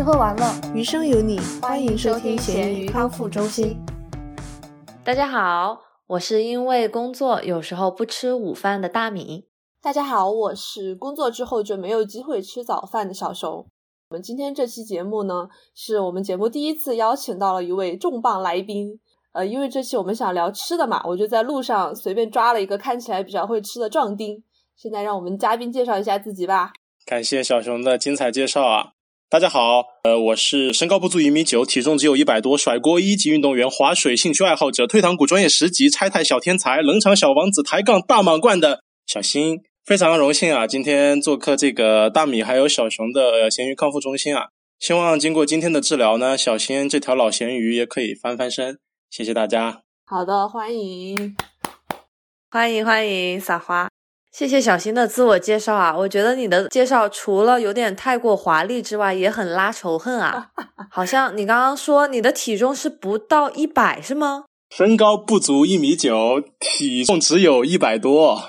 吃喝玩乐， 余生有你， 欢迎收听咸鱼康复中心。 大家好，我是因为工作有时候不吃午饭的大米。 大家好，我是工作之后就没有机会吃早饭的小熊。我们今天这期节目呢，是我们节目第一次邀请到了一位重磅来宾。因为这期我们想聊吃的嘛，我就在路上随便抓了一个看起来比较会吃的壮丁。现在让我们嘉宾介绍一下自己吧。 感谢小熊的精彩介绍啊！大家好，我是身高不足1.9米，体重只有100多，甩锅一级运动员，滑水兴趣爱好者，退堂鼓专业10级，拆台小天才，冷场小王子，抬杠大满贯的小新。非常荣幸啊，今天做客这个大米还有小熊的咸鱼康复中心啊，希望经过今天的治疗呢，小新这条老咸鱼也可以翻翻身。谢谢大家。 好的，欢迎欢迎撒花。谢谢小新的自我介绍啊，我觉得你的介绍除了有点太过华丽之外，也很拉仇恨啊。好像你刚刚说你的体重是不到100是吗？ 身高不足1.9米，体重只有100多。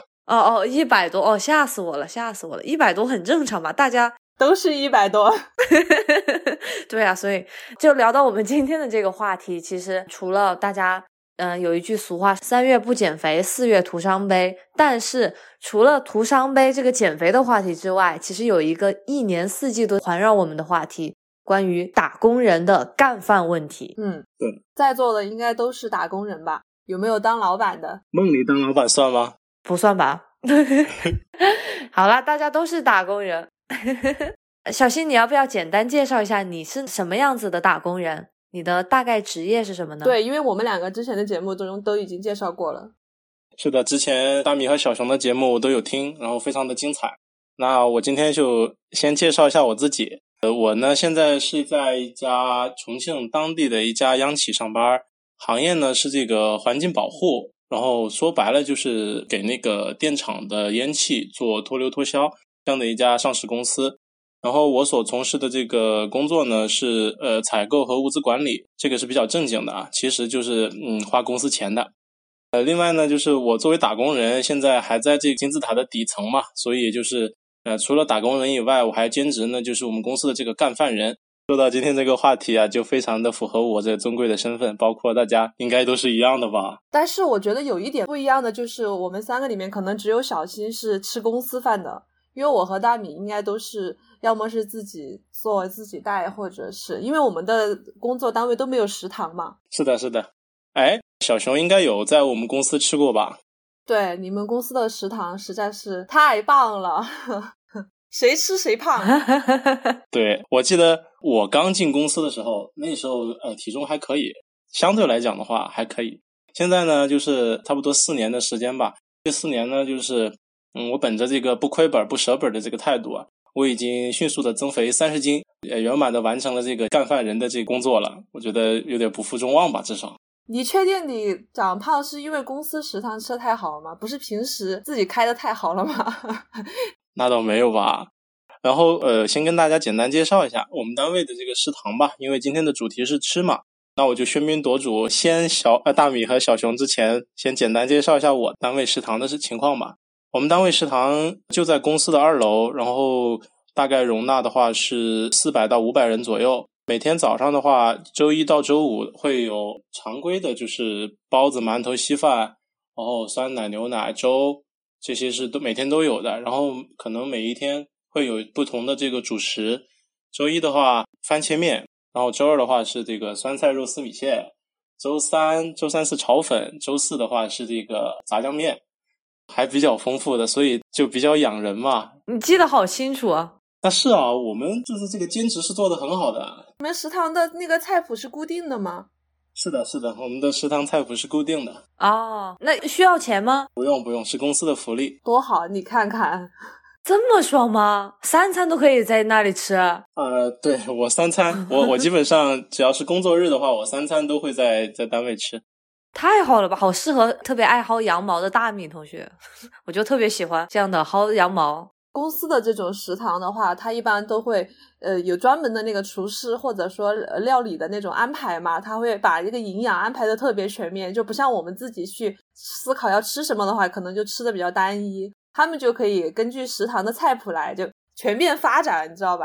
100多，吓死我了，100多很正常吧，大家都是100多。 对啊，所以就聊到我们今天的这个话题，其实除了大家有一句俗话，3月不减肥，4月徒伤悲。但是除了徒伤悲这个减肥的话题之外，其实有一个1年4季都环绕我们的话题，关于打工人的干饭问题。 对， 在座的应该都是打工人吧？有没有当老板的？ 梦里当老板算吗？ 不算吧。好啦，大家都是打工人。小新，你要不要简单介绍一下你是什么样子的打工人？你的大概职业是什么呢？ 对，因为我们两个之前的节目中都已经介绍过了。 是的，之前大米和小熊的节目我都有听，然后非常的精彩。那我今天就先介绍一下我自己。我呢现在是在一家重庆当地的一家央企上班，行业呢是这个环境保护，然后说白了就是给那个电厂的烟气做脱硫脱硝这样的一家上市公司。然后我所从事的这个工作呢是采购和物资管理，这个是比较正经的啊，其实就是花公司钱的。另外呢就是我作为打工人现在还在这个金字塔的底层嘛，所以就是除了打工人以外，我还兼职呢就是我们公司的这个干饭人。说到今天这个话题啊，就非常的符合我这尊贵的身份，包括大家应该都是一样的吧。 但是我觉得有一点不一样的就是我们3个里面可能只有小新是吃公司饭的，因为我和大米应该都是要么是自己做自己带，或者是因为我们的工作单位都没有食堂嘛。 是的。小熊应该有在我们公司吃过吧？ 对，你们公司的食堂实在是太棒了。谁吃谁胖。 对，我记得我刚进公司的时候，那时候体重还可以，相对来讲的话还可以。现在呢就是差不多4年的时间吧，这4年呢就是我本着这个不亏本不舍本的这个态度啊，我已经迅速的增肥30斤，圆满的完成了这个干饭人的这个工作了。我觉得有点不负众望吧，至少。 你确定你长胖是因为公司食堂吃的太好了吗？不是平时自己开的太好了吗？ 那倒没有吧。然后先跟大家简单介绍一下我们单位的这个食堂吧，因为今天的主题是吃嘛，那我就喧宾夺主，先大米和小熊之前先简单介绍一下我单位食堂的情况吧。我们单位食堂就在公司的2楼，然后大概容纳的话是400到500人左右。每天早上的话，周一到周五会有常规的就是包子、馒头、稀饭，然后酸奶、牛奶、粥，这些是每天都有的。然后可能每一天会有不同的这个主食，周一的话番茄面，然后周二的话是这个酸菜肉丝米线，周三是炒粉，周四的话是这个炸酱面，还比较丰富的，所以就比较养人嘛。 你记得好清楚啊。 那是啊，我们就是这个兼职是做得很好的。 你们食堂的那个菜谱是固定的吗？ 是的，我们的食堂菜谱是固定的。 哦，那需要钱吗？ 不用，是公司的福利。 多好，你看看。 这么爽吗？3餐都可以在那里吃？ 对，我3餐我基本上只要是工作日的话，我3餐都会在单位吃。 太好了吧，好适合特别爱薅羊毛的大米同学。我就特别喜欢这样的薅羊毛。 公司的这种食堂的话，它一般都会有专门的那个厨师或者说料理的那种安排嘛，他会把这个营养安排的特别全面，就不像我们自己去思考要吃什么的话，可能就吃的比较单一。他们就可以根据食堂的菜谱来就全面发展，你知道吧？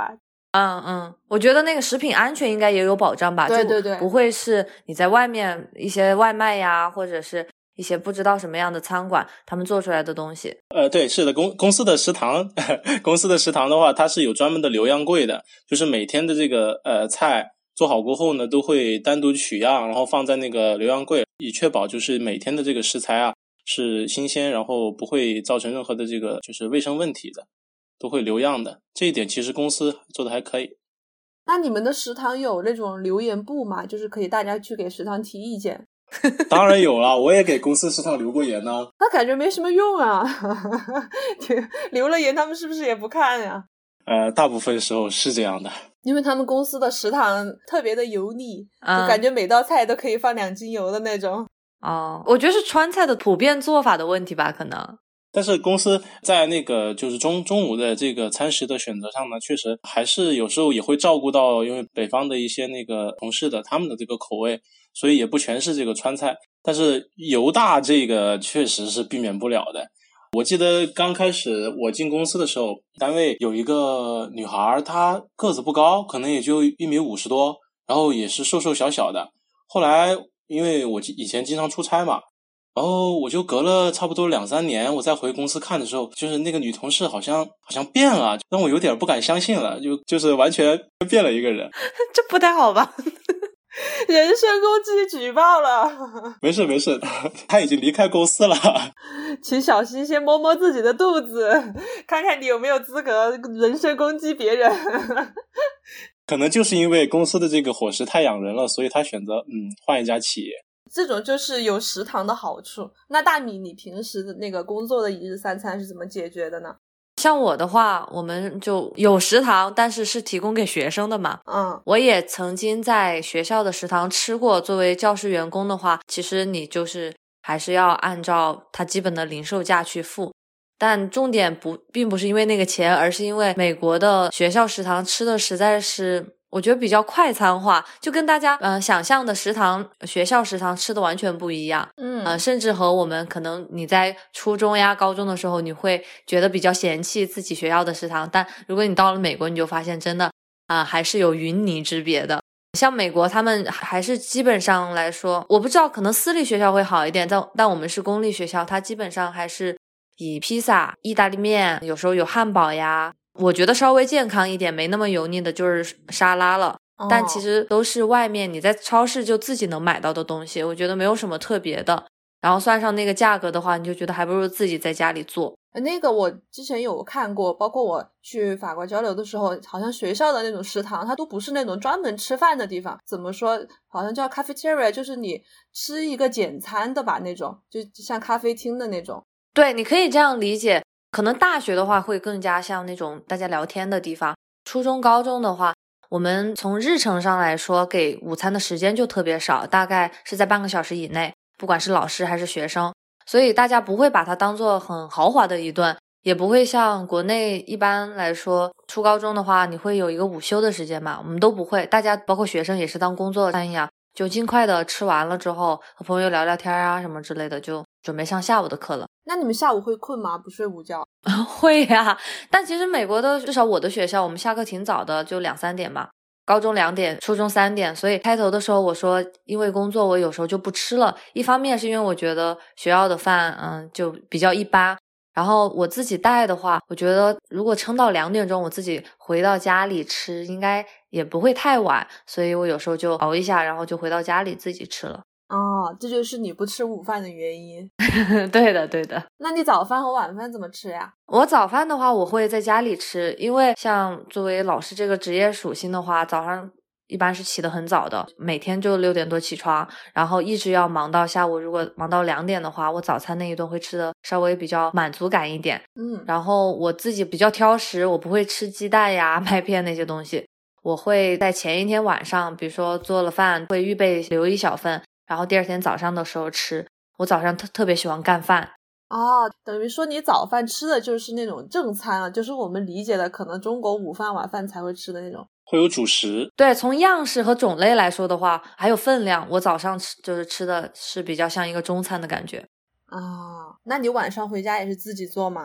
我觉得那个食品安全应该也有保障吧， 对对对， 就不会是你在外面一些外卖呀，或者是一些不知道什么样的餐馆他们做出来的东西。 对，是的，公司的食堂公司的食堂的话，它是有专门的留样柜的，就是每天的这个菜做好过后呢，都会单独取样，然后放在那个留样柜，以确保就是每天的这个食材啊是新鲜，然后不会造成任何的这个就是卫生问题的，都会留样的。这一点其实公司做的还可以。 那你们的食堂有那种留言簿吗？就是可以大家去给食堂提意见。 当然有了，我也给公司食堂留过言呢。 那感觉没什么用啊。留了言他们是不是也不看呀？ 大部分时候是这样的， 因为他们公司的食堂特别的油腻，就感觉每道菜都可以放2斤油的那种。 我觉得是川菜的普遍做法的问题吧，可能。 但是公司在那个就是中午的这个餐食的选择上呢，确实还是有时候也会照顾到因为北方的一些那个同事的他们的这个口味，所以也不全是这个川菜，但是油大这个确实是避免不了的。我记得刚开始我进公司的时候，单位有一个女孩，她个子不高，可能也就1.50米多，然后也是瘦瘦小小的。后来因为我以前经常出差嘛，然后我就隔了差不多2-3年，我再回公司看的时候，就是那个女同事好像变了，让我有点不敢相信了，就是完全变了一个人。 这不太好吧？ 人身攻击举报了。 没事，他已经离开公司了。 请小新先摸摸自己的肚子，看看你有没有资格人身攻击别人。 可能就是因为公司的这个伙食太养人了，所以他选择换一家企业。 这种就是有食堂的好处。那大米，你平时的那个工作的1日3餐是怎么解决的呢？ 像我的话，我们就有食堂，但是是提供给学生的嘛。我也曾经在学校的食堂吃过。作为教师员工的话，其实你就是还是要按照它基本的零售价去付。但重点并不是因为那个钱，而是因为美国的学校食堂吃的实在是我觉得比较快餐化，就跟大家想象的学校食堂吃的完全不一样。甚至和我们可能你在初中呀高中的时候你会觉得比较嫌弃自己学校的食堂，但如果你到了美国，你就发现真的还是有云泥之别的。像美国他们还是基本上来说，我不知道可能私立学校会好一点，但我们是公立学校，它基本上还是以披萨、意大利面，有时候有汉堡呀，我觉得稍微健康一点没那么油腻的就是沙拉了。但其实都是外面你在超市就自己能买到的东西，我觉得没有什么特别的。然后算上那个价格的话，你就觉得还不如自己在家里做。 那个我之前有看过，包括我去法国交流的时候，好像学校的那种食堂它都不是那种专门吃饭的地方，怎么说好像叫 cafeteria， 就是你吃一个简餐的吧，那种就像咖啡厅的那种。 对，你可以这样理解。可能大学的话会更加像那种大家聊天的地方，初中高中的话我们从日程上来说给午餐的时间就特别少，大概是在半个小时以内，不管是老师还是学生，所以大家不会把它当做很豪华的一顿，也不会像国内一般来说初高中的话你会有一个午休的时间嘛，我们都不会，大家包括学生也是当工作餐一样，就尽快的吃完了之后和朋友聊聊天啊什么之类的，就准备上下午的课了。 那你们下午会困吗？不睡午觉？ 会呀，但其实美国的至少我的学校我们下课挺早的，就2-3点嘛，高中2点，初中3点，所以开头的时候我说因为工作我有时候就不吃了，一方面是因为我觉得学校的饭就比较一般，然后我自己带的话，我觉得如果撑到2点钟我自己回到家里吃应该也不会太晚，所以我有时候就熬一下，然后就回到家里自己吃了。 这就是你不吃午饭的原因。 对的。 那你早饭和晚饭怎么吃呀？ 我早饭的话我会在家里吃，因为像作为老师这个职业属性的话，早上一般是起得很早的，每天就6点多起床，然后一直要忙到下午，如果忙到2点的话，我早餐那一顿会吃的稍微比较满足感一点。然后我自己比较挑食，我不会吃鸡蛋呀麦片那些东西，我会在前一天晚上比如说做了饭会预备留一小份，然后第二天早上的时候吃。我早上特别喜欢干饭。 等于说你早饭吃的就是那种正餐了，就是我们理解的可能中国午饭晚饭才会吃的那种， 会有主食。 对，从样式和种类来说的话还有分量，我早上吃的是比较像一个中餐的感觉。 那你晚上回家也是自己做吗？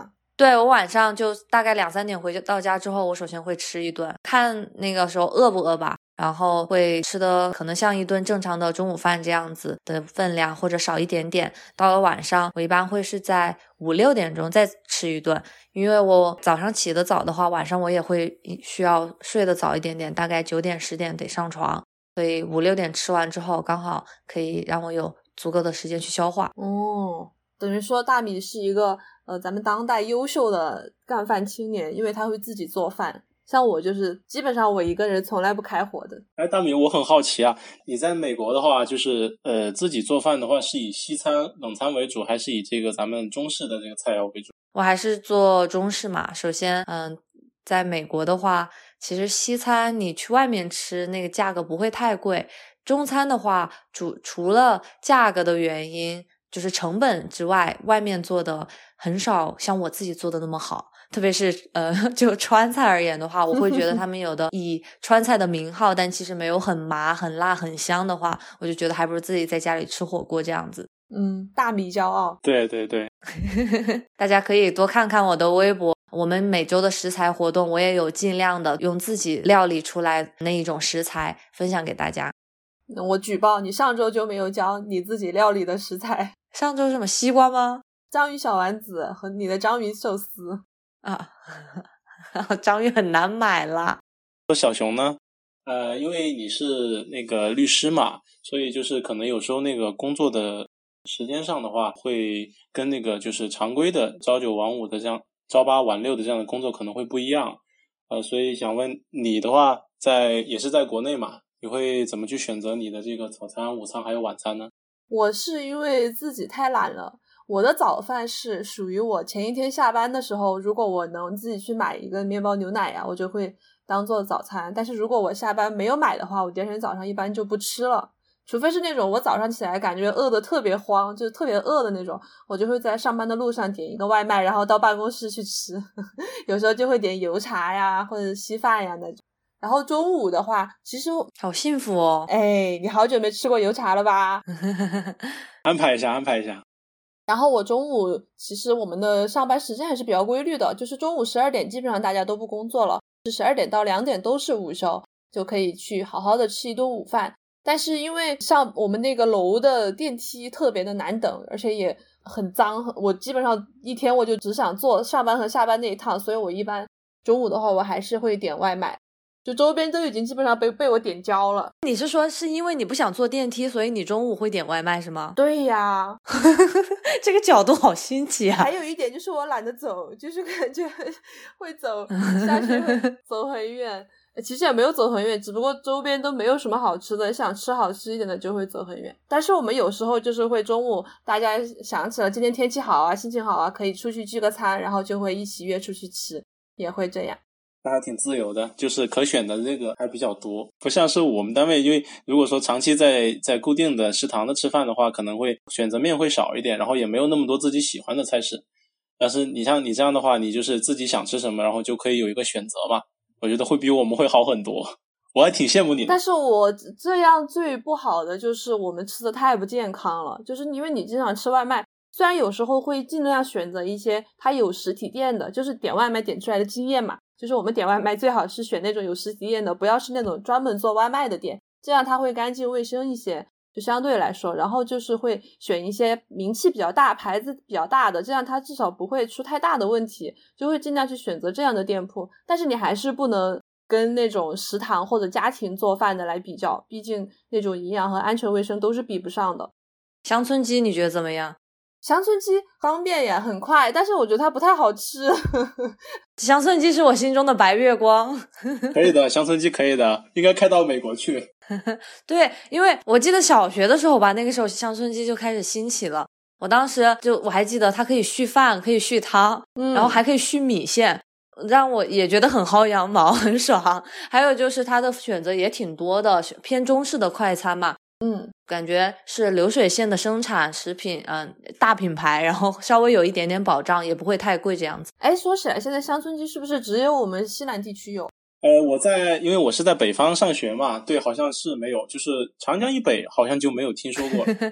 对，我晚上就大概2-3点到家之后，我首先会吃一顿，看那个时候饿不饿吧，然后会吃的可能像一顿正常的中午饭这样子的分量，或者少一点点。到了晚上，我一般会是在5-6点钟再吃一顿，因为我早上起得早的话，晚上我也会需要睡得早一点点，大概9点10点得上床，所以5-6点吃完之后，刚好可以让我有足够的时间去消化。 哦，等于说大米是一个咱们当代优秀的干饭青年，因为他会自己做饭。像我就是基本上我一个人从来不开火的。 哎，大米，我很好奇啊，你在美国的话，就是自己做饭的话，是以西餐冷餐为主，还是以这个咱们中式的这个菜肴为主？ 我还是做中式嘛。首先在美国的话，其实西餐你去外面吃那个价格不会太贵，中餐的话除了价格的原因就是成本之外，外面做的很少像我自己做的那么好。特别是就川菜而言的话，我会觉得他们有的以川菜的名号，但其实没有很麻很辣很香的话，我就觉得还不如自己在家里吃火锅这样子。 大米骄傲。 对对对。 大家可以多看看我的微博，我们每周的食材活动我也有尽量的用自己料理出来那一种食材分享给大家。 我举报你上周就没有教你自己料理的食材。 上周什么西瓜吗？ 章鱼小丸子和你的章鱼寿司啊。章鱼很难买啦。 小熊呢？因为你是那个律师嘛，所以就是可能有时候那个工作的时间上的话，会跟那个就是常规的朝9晚5的这样朝8晚6的这样的工作可能会不一样。所以想问你的话，也是在国内嘛，你会怎么去选择你的这个早餐、午餐还有晚餐呢？ 我是因为自己太懒了，我的早饭是属于我前一天下班的时候，如果我能自己去买一个面包牛奶呀，我就会当做早餐。但是如果我下班没有买的话，我第二天早上一般就不吃了，除非是那种我早上起来感觉饿得特别慌，就是特别饿的那种，我就会在上班的路上点一个外卖，然后到办公室去吃有时候就会点油茶呀或者稀饭呀那种。然后中午的话，其实好幸福哦。 哎，你好久没吃过油茶了吧？ 安排一下。 然后我中午其实我们的上班时间还是比较规律的，就是中午12点基本上大家都不工作了，是12点到2点都是午休，就可以去好好的吃一顿午饭。但是因为像我们那个楼的电梯特别的难等，而且也很脏，我基本上一天我就只想坐上班和下班那一趟，所以我一般中午的话我还是会点外卖，就周边都已经基本上被我点焦了。 你是说是因为你不想坐电梯，所以你中午会点外卖是吗？ 对呀。 这个角度好新奇啊。 还有一点就是我懒得走，就是感觉会走下去会走很远其实也没有走很远，只不过周边都没有什么好吃的，想吃好吃一点的就会走很远。但是我们有时候就是会中午大家想起了今天天气好啊，心情好啊，可以出去聚个餐，然后就会一起约出去吃，也会这样。 那还挺自由的，就是可选的这个还比较多，不像是我们单位，因为如果说长期在固定的食堂的吃饭的话，可能会选择面会少一点，然后也没有那么多自己喜欢的菜式。但是你像你这样的话，你就是自己想吃什么，然后就可以有一个选择嘛，我觉得会比我们会好很多，我还挺羡慕你的。 但是我这样最不好的就是我们吃的太不健康了，就是因为你经常吃外卖，虽然有时候会尽量选择一些它有实体店的，就是点外卖点出来的经验嘛，就是我们点外卖最好是选那种有实体店的，不要是那种专门做外卖的店，这样它会干净卫生一些，就相对来说。然后就是会选一些名气比较大牌子比较大的，这样它至少不会出太大的问题，就会尽量去选择这样的店铺。但是你还是不能跟那种食堂或者家庭做饭的来比较，毕竟那种营养和安全卫生都是比不上的。 乡村鸡你觉得怎么样？ 乡村鸡方便也很快，但是我觉得它不太好吃乡村鸡是我心中的白月光可以的，乡村鸡可以的，应该开到美国去对，因为我记得小学的时候吧，那个时候乡村鸡就开始兴起了，我当时我还记得它可以续饭可以续汤，然后还可以续米线，让我也觉得很薅羊毛很爽。还有就是它的选择也挺多的，偏中式的快餐嘛，感觉是流水线的生产食品，大品牌，然后稍微有一点点保障，也不会太贵这样子。 哎，说起来现在乡村鸡是不是只有我们西南地区有？ 因为我是在北方上学嘛，对，好像是没有，就是长江以北好像就没有听说过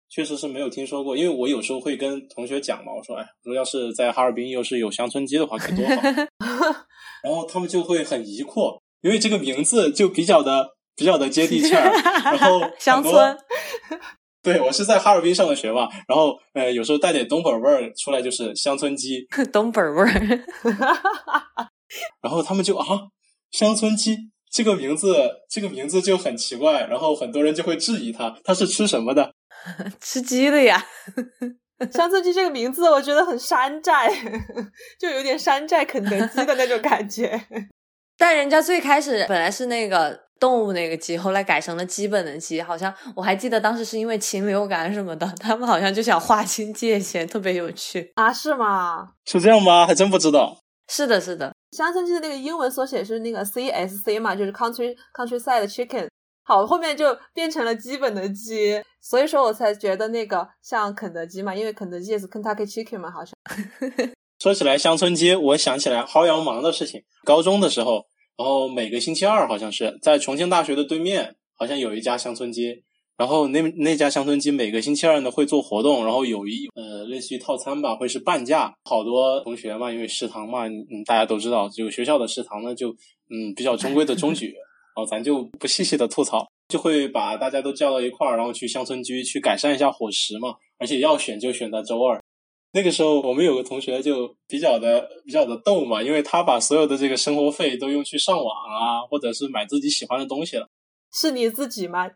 确实是没有听说过，因为我有时候会跟同学讲嘛，我说要是在哈尔滨要是有乡村鸡的话该多好。然后他们就会很疑惑，因为这个名字就比较的接地气儿，然后乡村。 对，我是在哈尔滨上的学嘛，然后有时候带点东北味儿出来就是乡村鸡。 东北味儿。 然后他们就乡村鸡这个名字就很奇怪，然后很多人就会质疑它是吃什么的？ 吃鸡的呀。 乡村鸡这个名字我觉得很山寨，就有点山寨肯德基的那种感觉。 但人家最开始本来是那个动物那个鸡，后来改成了基本的鸡，好像我还记得当时是因为禽流感什么的，他们好像就想划清界限，特别有趣啊。是吗？ 是这样吗？还真不知道。 是的是的， 乡村鸡的那个英文缩写是那个 CSC 嘛，就是 countryside chicken。好，后面就变成了基本的鸡，所以说我才觉得那个像肯德基嘛，因为肯德基也是 Kentucky Chicken 嘛，好像。 说起来乡村鸡，我想起来薅羊毛的事情。高中的时候，然后每个星期二好像是在重庆大学的对面，好像有一家乡村鸡。然后那家乡村鸡每个星期二呢会做活动，然后有类似于套餐吧，会是半价。好多同学嘛，因为食堂嘛，大家都知道，这个学校的食堂呢就比较中规的中举，然后咱就不细细的吐槽，就会把大家都叫到一块儿，然后去乡村鸡去改善一下伙食嘛，而且要选就选在周二。那个时候我们有个同学就比较的逗嘛，因为他把所有的这个生活费都用去上网啊，或者是买自己喜欢的东西了。 是你自己吗？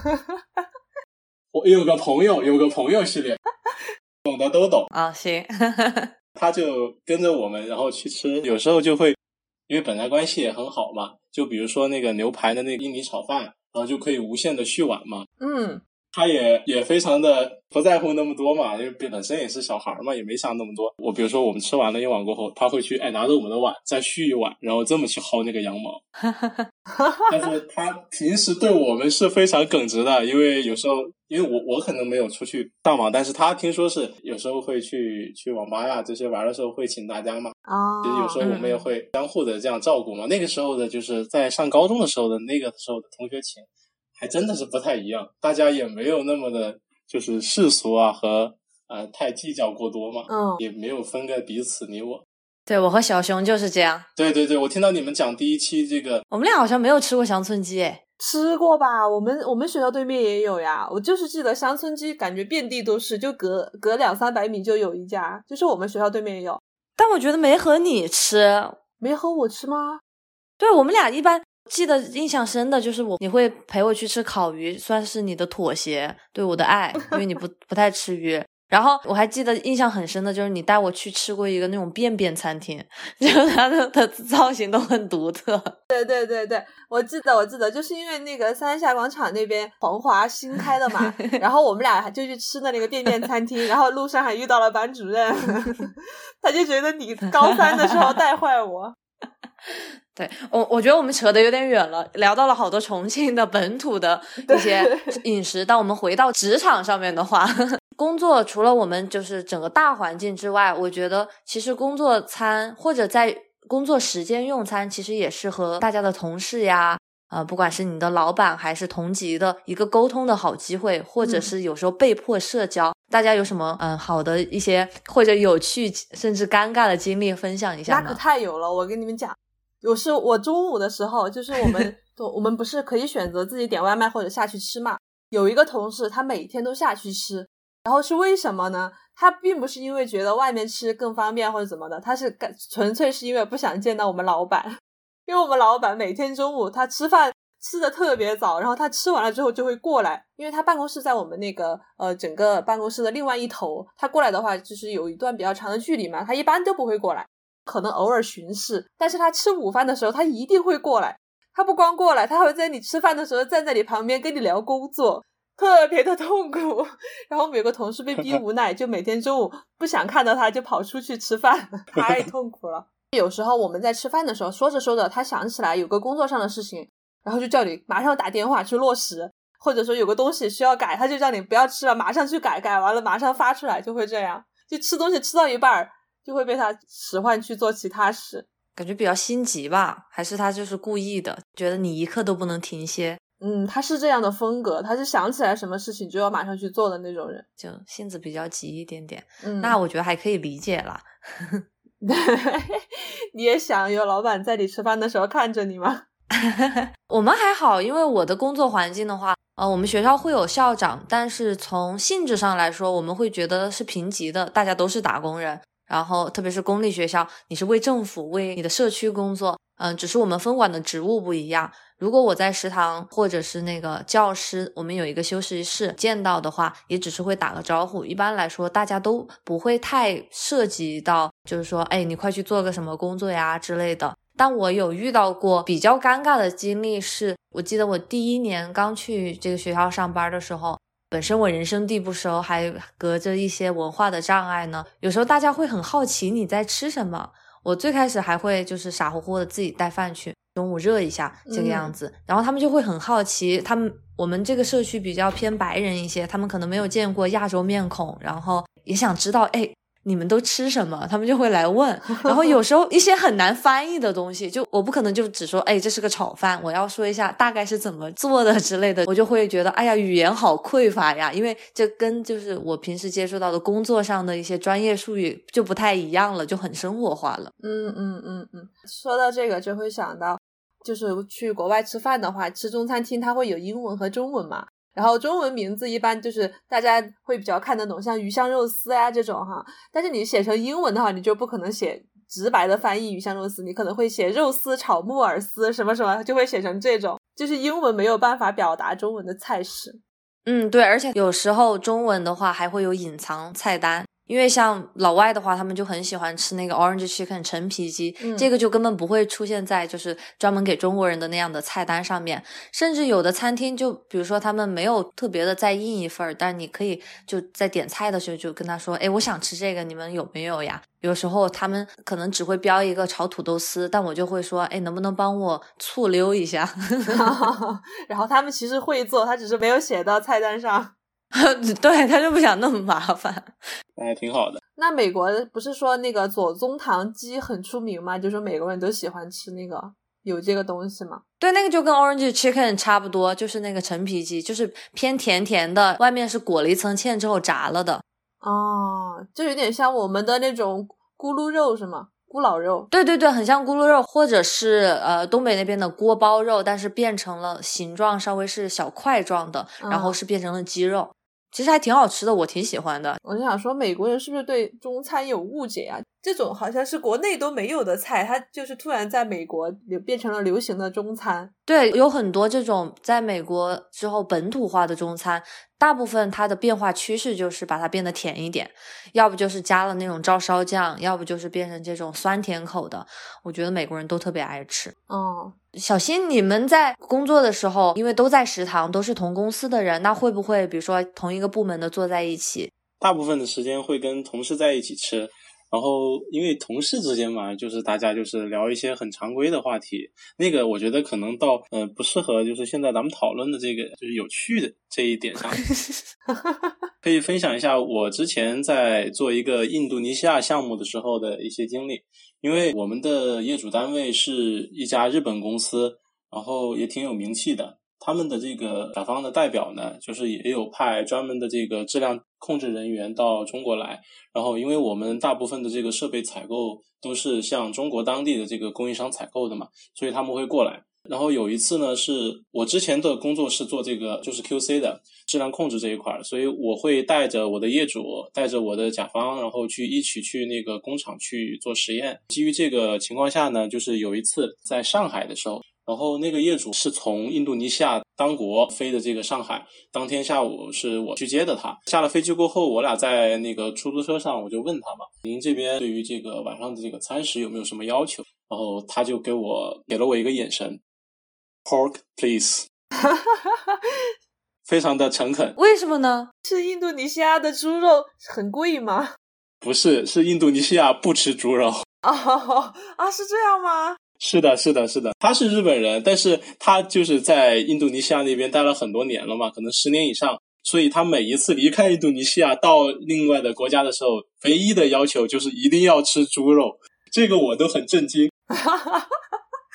我有个朋友系列，懂的都懂啊。行。 他就跟着我们然后去吃，有时候就会因为本来关系也很好嘛，就比如说那个牛排的那个印尼炒饭，然后就可以无限的续碗嘛。他也非常的不在乎那么多嘛，因为本身也是小孩嘛，也没想那么多。比如说我们吃完了一碗过后，他会去拿着我们的碗再续一碗，然后这么去薅那个羊毛。但是他平时对我们是非常耿直的，因为有时候因为我可能没有出去上网，但是他听说是有时候会去网吧呀这些玩的时候会请大家嘛。其实有时候我们也会相互的这样照顾嘛。那个时候的就是在上高中的时候的同学情还真的是不太一样，大家也没有那么的就是世俗啊和太计较过多嘛。也没有分个彼此你我。 对，我和小熊就是这样。 对对对，我听到你们讲第一期这个， 我们俩好像没有吃过乡村鸡诶。 吃过吧，我们学校对面也有呀。我就是记得乡村鸡感觉遍地都是，就隔200-300米就有一家，就是我们学校对面也有。 但我觉得没和你吃。 没和我吃吗？ 对，我们俩一般记得印象深的就是你会陪我去吃烤鱼，算是你的妥协对我的爱，因为你不太吃鱼。然后我还记得印象很深的就是你带我去吃过一个那种便便餐厅，就是它的造型都很独特。 对对对对，我记得就是因为那个三峡广场那边黄华新开的嘛，然后我们俩就去吃的那个便便餐厅，然后路上还遇到了班主任。他就觉得你高3的时候带坏我。 对，我觉得我们扯得有点远了，聊到了好多重庆的本土的一些饮食。当我们回到职场上面的话，工作除了我们就是整个大环境之外，我觉得其实工作餐或者在工作时间用餐，其实也是和大家的同事呀，不管是你的老板还是同级的一个沟通的好机会，或者是有时候被迫社交。大家有什么好的一些或者有趣甚至尴尬的经历分享一下吗？ 那可太有了，我跟你们讲。我中午的时候，就是我们不是可以选择自己点外卖或者下去吃嘛。有一个同事他每天都下去吃，然后是为什么呢？他并不是因为觉得外面吃更方便或者怎么的，他是纯粹是因为不想见到我们老板。因为我们老板每天中午他吃饭吃的特别早，然后他吃完了之后就会过来，因为他办公室在我们那个整个办公室的另外一头，他过来的话就是有一段比较长的距离嘛，他一般都不会过来，可能偶尔巡视，但是他吃午饭的时候他一定会过来。他不光过来，他还会在你吃饭的时候站在你旁边跟你聊工作，特别的痛苦。然后我们有个同事被逼无奈，就每天中午不想看到他就跑出去吃饭，太痛苦了。有时候我们在吃饭的时候说着说着他想起来有个工作上的事情，然后就叫你马上打电话去落实，或者说有个东西需要改，他就叫你不要吃了，马上去改，改完了马上发出来，就会这样。就吃东西吃到一半就会被他使唤去做其他事， 感觉比较心急吧，还是他就是故意的，觉得你一刻都不能停歇。 他是这样的风格，他是想起来什么事情就要马上去做的那种人， 就性子比较急一点点。那我觉得还可以理解啦。 你也想有老板在你吃饭的时候看着你吗？ 我们还好，因为我的工作环境的话，我们学校会有校长，但是从性质上来说，我们会觉得是平级的，大家都是打工人。然后特别是公立学校，你是为政府为你的社区工作，只是我们分管的职务不一样。如果我在食堂或者是那个教室，我们有一个休息室见到的话，也只是会打个招呼。一般来说大家都不会太涉及到就是说你快去做个什么工作呀之类的。但我有遇到过比较尴尬的经历，是我记得我第1年刚去这个学校上班的时候，本身我人生地不熟，还隔着一些文化的障碍呢，有时候大家会很好奇你在吃什么。我最开始还会就是傻乎乎的自己带饭去，中午热一下这个样子，然后他们就会很好奇，我们这个社区比较偏白人一些，他们可能没有见过亚洲面孔，然后也想知道你们都吃什么，他们就会来问。然后有时候一些很难翻译的东西，就我不可能就只说这是个炒饭，我要说一下大概是怎么做的之类的，我就会觉得语言好匮乏呀，因为这跟就是我平时接触到的工作上的一些专业术语就不太一样了，就很生活化了。 说到这个就会想到，就是去国外吃饭的话，吃中餐厅它会有英文和中文嘛，然后中文名字一般就是大家会比较看得懂，像鱼香肉丝呀这种哈，但是你写成英文的话，你就不可能写直白的翻译鱼香肉丝，你可能会写肉丝炒木耳丝什么什么，就会写成这种，就是英文没有办法表达中文的菜式。 对，而且有时候中文的话还会有隐藏菜单，因为像老外的话，他们就很喜欢吃那个 orange chicken 陈皮鸡，这个就根本不会出现在就是专门给中国人的那样的菜单上面。甚至有的餐厅就比如说他们没有特别的再印一份，但你可以就在点菜的时候就跟他说我想吃这个，你们有没有呀？有时候他们可能只会标一个炒土豆丝，但我就会说能不能帮我醋溜一下。 然后他们其实会做，他只是没有写到菜单上。 对，他就不想那么麻烦。 还挺好的。 那美国不是说那个左宗棠鸡很出名吗？就是说美国人都喜欢吃那个，有这个东西吗？ 对，那个就跟 orange chicken 差不多，就是那个陈皮鸡，就是偏甜甜的，外面是裹了一层芡之后炸了的。 就有点像我们的那种咕噜肉是吗？咕老肉。 对对对，很像咕噜肉，或者是东北那边的锅包肉，但是变成了形状稍微是小块状的，然后是变成了鸡肉。其实还挺好吃的，我挺喜欢的。 我就想说美国人是不是对中餐有误解啊？这种好像是国内都没有的菜，它就是突然在美国变成了流行的中餐。 对，有很多这种在美国之后本土化的中餐，大部分它的变化趋势就是把它变得甜一点，要不就是加了那种照烧酱，要不就是变成这种酸甜口的，我觉得美国人都特别爱吃。小新，你们在工作的时候，因为都在食堂，都是同公司的人，那会不会比如说同一个部门的坐在一起？ 大部分的时间会跟同事在一起吃，然后因为同事之间嘛，就是大家就是聊一些很常规的话题，那个我觉得可能到不适合就是现在咱们讨论的这个就是有趣的这一点上。可以分享一下我之前在做一个印度尼西亚项目的时候的一些经历。因为我们的业主单位是一家日本公司，然后也挺有名气的，他们的这个甲方的代表呢，就是也有派专门的这个质量控制人员到中国来，然后因为我们大部分的这个设备采购都是向中国当地的这个供应商采购的嘛，所以他们会过来。然后有一次呢，是我之前的工作是做这个就是 QC 的质量控制这一块，所以我会带着我的业主，带着我的甲方，然后一起去那个工厂去做实验。基于这个情况下呢，就是有一次在上海的时候，然后那个业主是从印度尼西亚当国飞的这个上海，当天下午是我去接的他。下了飞机过后，我俩在那个出租车上，我就问他嘛，您这边对于这个晚上的这个餐食有没有什么要求？然后他就给了我一个眼神， Pork please。 非常的诚恳。 为什么呢？ 是印度尼西亚的猪肉很贵吗？ 不是，是印度尼西亚不吃猪肉。 是这样吗？ 是的，他是日本人，但是他就是在印度尼西亚那边待了很多年了嘛，可能10年以上，所以他每一次离开印度尼西亚到另外的国家的时候，唯一的要求就是一定要吃猪肉，这个我都很震惊。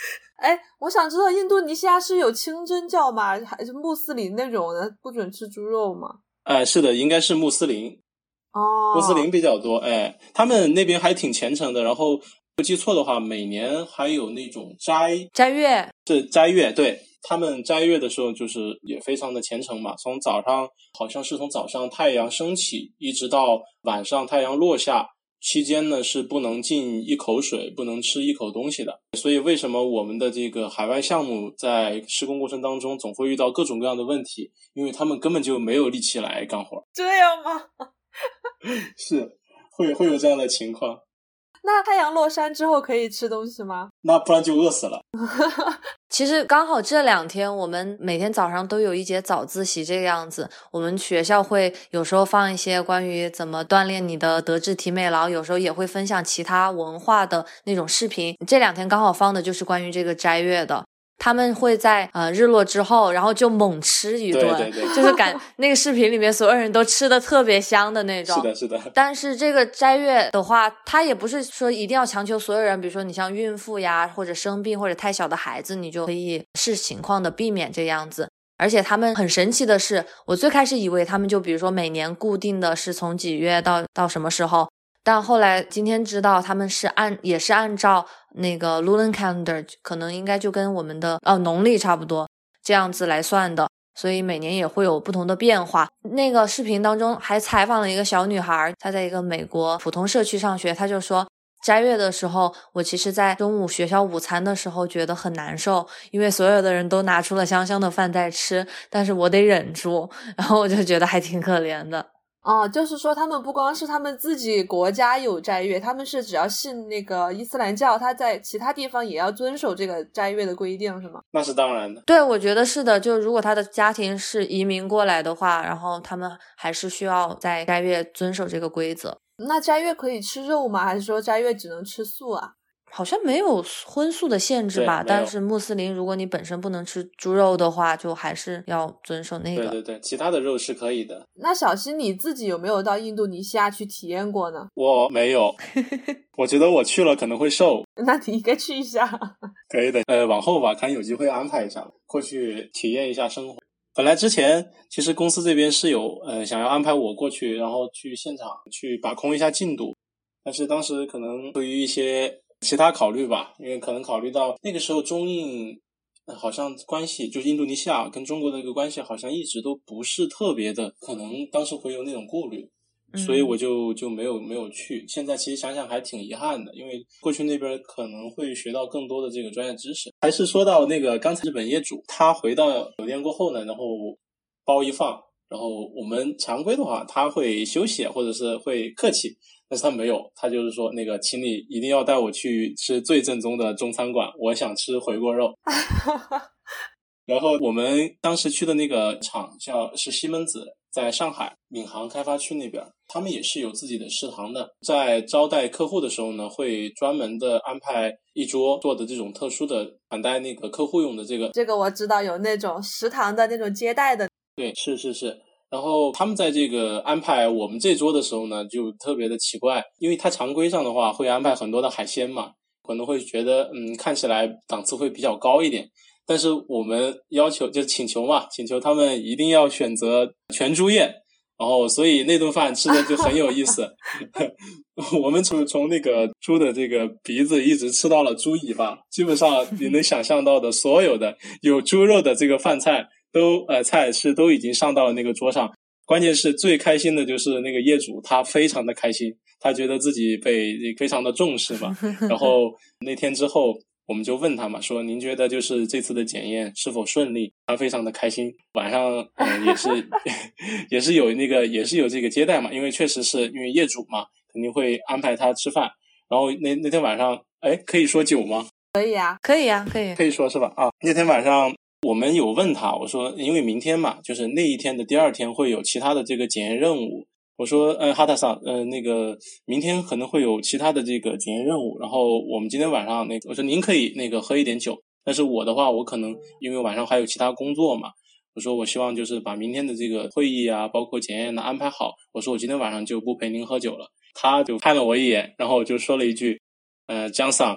哎，我想知道印度尼西亚是有清真教吗？还是穆斯林那种的不准吃猪肉吗？ 是的，应该是穆斯林。 哦， 穆斯林比较多，他们那边还挺虔诚的。然后不记错的话，每年还有那种斋月， 是斋月，对，他们斋月的时候就是也非常的虔诚嘛。从早上好像是从早上太阳升起，一直到晚上太阳落下。期间呢是不能进一口水，不能吃一口东西的。所以为什么我们的这个海外项目在施工过程当中总会遇到各种各样的问题？因为他们根本就没有力气来干活。 这样吗？ 是，会有这样的情况。 那太阳落山之后可以吃东西吗？ 那不然就饿死了。 其实刚好这2天我们每天早上都有一节早自习这个样子，我们学校会有时候放一些关于怎么锻炼你的德智体美劳，有时候也会分享其他文化的那种视频。这2天刚好放的就是关于这个斋月的，他们会在日落之后然后就猛吃一顿， 对， 就是那个视频里面所有人都吃的特别香的那种。 是的。 但是这个斋月的话，它也不是说一定要强求所有人，比如说你像孕妇呀，或者生病或者太小的孩子，你就可以视情况的避免这样子。而且他们很神奇的是，我最开始以为他们就比如说每年固定的是从几月到什么时候，但后来今天知道他们也是按照那个 Lunar Calendar， 可能应该就跟我们的农历差不多这样子来算的，所以每年也会有不同的变化。那个视频当中还采访了一个小女孩，她在一个美国普通社区上学，她就说斋月的时候，我其实在中午学校午餐的时候觉得很难受，因为所有的人都拿出了香香的饭在吃，但是我得忍住，然后我就觉得还挺可怜的。 就是说他们不光是他们自己国家有斋月，他们是只要信那个伊斯兰教，他在其他地方也要遵守这个斋月的规定，是吗？ 那是当然的。 对，我觉得是的，就如果他的家庭是移民过来的话，然后他们还是需要在斋月遵守这个规则。 那斋月可以吃肉吗？还是说斋月只能吃素啊？ 好像没有荤素的限制吧，但是穆斯林如果你本身不能吃猪肉的话，就还是要遵守那个。 对，其他的肉是可以的。 那小新你自己有没有到印度尼西亚去体验过呢？ 我没有。我觉得我去了可能会瘦。 那你应该去一下。 可以的，往后吧，看有机会安排一下过去体验一下生活。本来之前其实公司这边是有想要安排我过去，然后去现场去把控一下进度，但是当时可能对于一些其他考虑吧，因为可能考虑到那个时候中印好像关系，就是印度尼西亚跟中国的一个关系好像一直都不是特别的，可能当时会有那种顾虑，所以我就没有去。现在其实想想还挺遗憾的，因为过去那边可能会学到更多的这个专业知识。还是说到那个刚才日本业主，他回到酒店过后呢，然后包一放，然后我们常规的话他会休息或者是会客气，但是他没有，他就是说那个请你一定要带我去吃最正宗的中餐馆，我想吃回锅肉。然后我们当时去的那个厂是西门子，在上海闵行开发区那边，他们也是有自己的食堂的，在招待客户的时候呢，会专门的安排一桌做的这种特殊的款待那个客户用的这个我知道，有那种食堂的那种接待的。 对，是。然后他们在这个安排我们这桌的时候呢，就特别的奇怪，因为他常规上的话会安排很多的海鲜嘛，可能会觉得看起来档次会比较高一点，但是我们要求就是请求他们一定要选择全猪宴，然后所以那顿饭吃的就很有意思。我们从那个猪的这个鼻子一直吃到了猪尾巴，基本上你能想象到的所有的有猪肉的这个饭菜菜式都已经上到了那个桌上。关键是最开心的就是那个业主，他非常的开心，他觉得自己被非常的重视嘛。然后那天之后我们就问他嘛，说您觉得就是这次的检验是否顺利？他非常的开心。晚上也是有这个接待嘛，因为确实是因为业主嘛，肯定会安排他吃饭。然后那天晚上可以说酒吗？ 可以啊， 可以说是吧？那天晚上我们有问他，我说因为明天嘛，就是那一天的第二天会有其他的这个检验任务，我说哈塔桑那个明天可能会有其他的这个检验任务，然后我们今天晚上我说您可以喝一点酒，但是我的话我可能因为晚上还有其他工作嘛，我说我希望就是把明天的这个会议啊包括检验的安排好，我说我今天晚上就不陪您喝酒了。他就看了我一眼，然后就说了一句江桑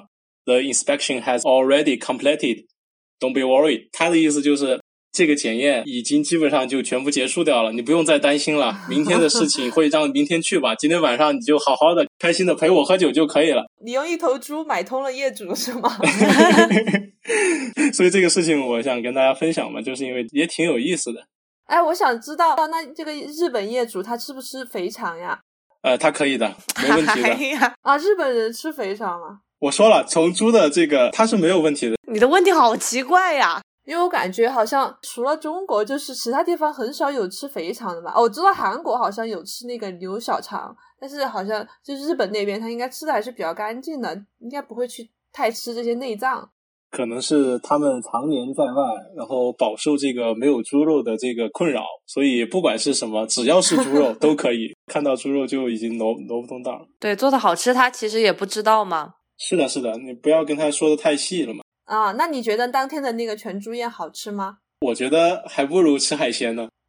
The inspection has already completed. Don't be worried. 他的意思就是这个检验已经基本上就全部结束掉了，你不用再担心了，明天的事情会让明天去吧，今天晚上你就好好的开心的陪我喝酒就可以了。 你用一头猪买通了业主是吗？ 所以这个事情我想跟大家分享嘛，就是因为也挺有意思的。 哎，我想知道那这个日本业主他吃不吃肥肠呀？ 他可以的，没问题的。 啊，日本人吃肥肠吗？ 我说了，从猪的这个他是没有问题的。 你的问题好奇怪呀。 因为我感觉好像除了中国，就是其他地方很少有吃肥肠的吧。我知道韩国好像有吃那个牛小肠，但是好像就是日本那边他应该吃的还是比较干净的，应该不会去太吃这些内脏。 可能是他们常年在外，然后饱受这个没有猪肉的这个困扰，所以不管是什么，只要是猪肉都可以。看到猪肉就已经挪不动道了。 对，做的好吃他其实也不知道嘛。 是的，是的，你不要跟他说的太细了嘛。 啊，那你觉得当天的那个全猪宴好吃吗？ 我觉得还不如吃海鲜呢。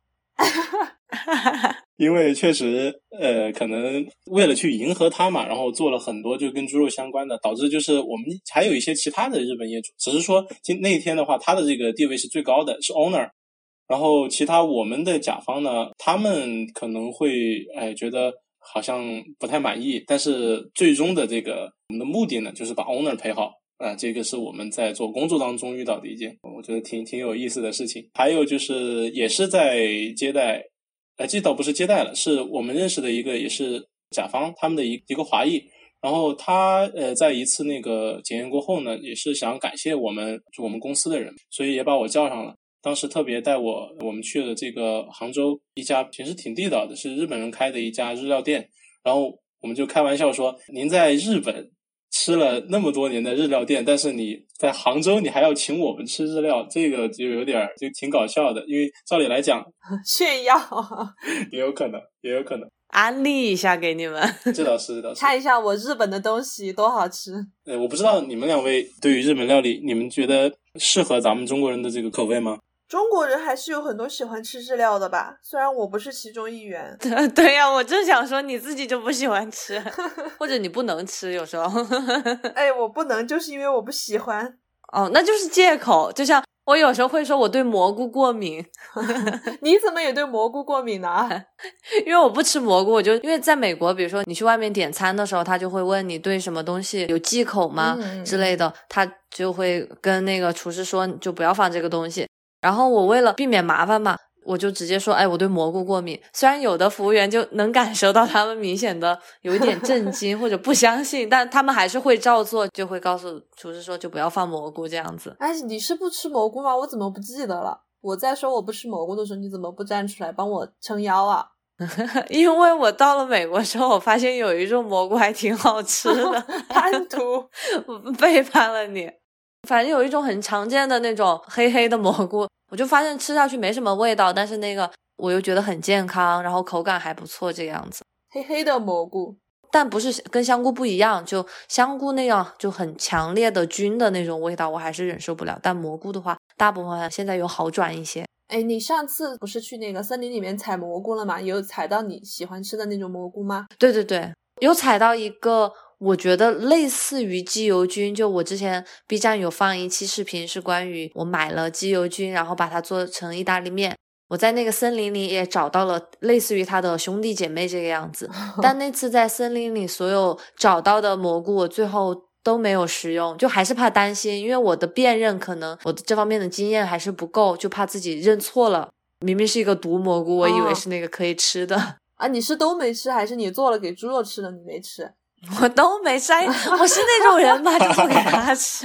因为确实可能为了去迎合他嘛，然后做了很多就跟猪肉相关的，导致就是我们还有一些其他的日本业主，只是说那一天的话他的这个地位是最高的，是 owner， 然后其他我们的甲方呢，他们可能会觉得好像不太满意，但是最终的这个我们的目的呢，就是把 owner 陪好。这个是我们在做工作当中遇到的一件我觉得挺有意思的事情。还有就是也是在接待这倒不是接待了，是我们认识的一个也是甲方他们的一个华裔，然后他在一次那个检验过后呢，也是想感谢我们公司的人，所以也把我叫上了。当时特别带我们去了这个杭州一家平时挺地道的，是日本人开的一家日料店，然后我们就开玩笑说，您在日本吃了那么多年的日料店，但是你在杭州你还要请我们吃日料，这个就有点就挺搞笑的，因为照理来讲炫耀也有可能安利一下给你们。 这倒是看一下我日本的东西多好吃。 我不知道你们两位对于日本料理，你们觉得适合咱们中国人的这个口味吗？ 中国人还是有很多喜欢吃日料的吧，虽然我不是其中一员。 对呀，我正想说你自己就不喜欢吃，或者你不能吃有时候。 我不能就是因为我不喜欢。 哦，那就是借口，就像我有时候会说我对蘑菇过敏。 你怎么也对蘑菇过敏呢？ 因为我不吃蘑菇，因为在美国，比如说你去外面点餐的时候，他就会问你对什么东西有忌口吗之类的，他就会跟那个厨师说就不要放这个东西。然后我为了避免麻烦嘛，我就直接说我对蘑菇过敏。虽然有的服务员就能感受到他们明显的有一点震惊或者不相信，但他们还是会照做，就会告诉厨师说就不要放蘑菇这样子。 你是不吃蘑菇吗？我怎么不记得了？我在说我不吃蘑菇的时候，你怎么不站出来帮我撑腰啊？ 因为我到了美国之后，我发现有一种蘑菇还挺好吃的。 叛徒， 我背叛了你。反正有一种很常见的那种黑黑的蘑菇，我就发现吃下去没什么味道，但是那个我又觉得很健康，然后口感还不错这个样子。 黑黑的蘑菇， 但不是跟香菇不一样，就香菇那样就很强烈的菌的那种味道我还是忍受不了，但蘑菇的话大部分现在有好转一些。 你上次不是去那个森林里面采蘑菇了吗？有采到你喜欢吃的那种蘑菇吗？ 对对对，有采到一个我觉得类似于鸡油菌，就我之前 B 站有放一期视频是关于我买了鸡油菌然后把它做成意大利面，我在那个森林里也找到了类似于它的兄弟姐妹这个样子。但那次在森林里所有找到的蘑菇我最后都没有食用，就还是怕担心，因为我的辨认可能我的这方面的经验还是不够，就怕自己认错了，明明是一个毒蘑菇我以为是那个可以吃的。 你是都没吃还是你做了给猪肉吃了你没吃？ 我都没吃，我是那种人吧，就做给他吃。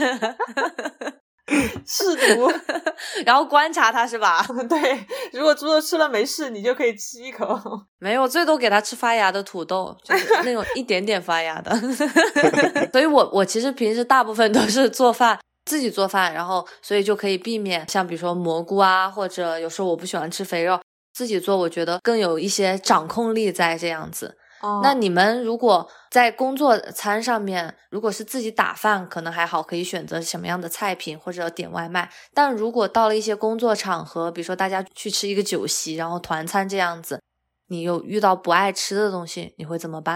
试毒然后观察他是吧？ 对，如果猪肉吃了没事你就可以吃一口。 没有，最多给他吃发芽的土豆，就是那种一点点发芽的。所以我其实平时大部分都是自己做饭，然后所以就可以避免像比如说蘑菇啊，或者有时候我不喜欢吃肥肉，自己做我觉得更有一些掌控力在这样子。那你们如果在工作餐上面，如果是自己打饭可能还好，可以选择什么样的菜品或者点外卖，但如果到了一些工作场合，比如说大家去吃一个酒席然后团餐这样子，你有遇到不爱吃的东西你会怎么办呢？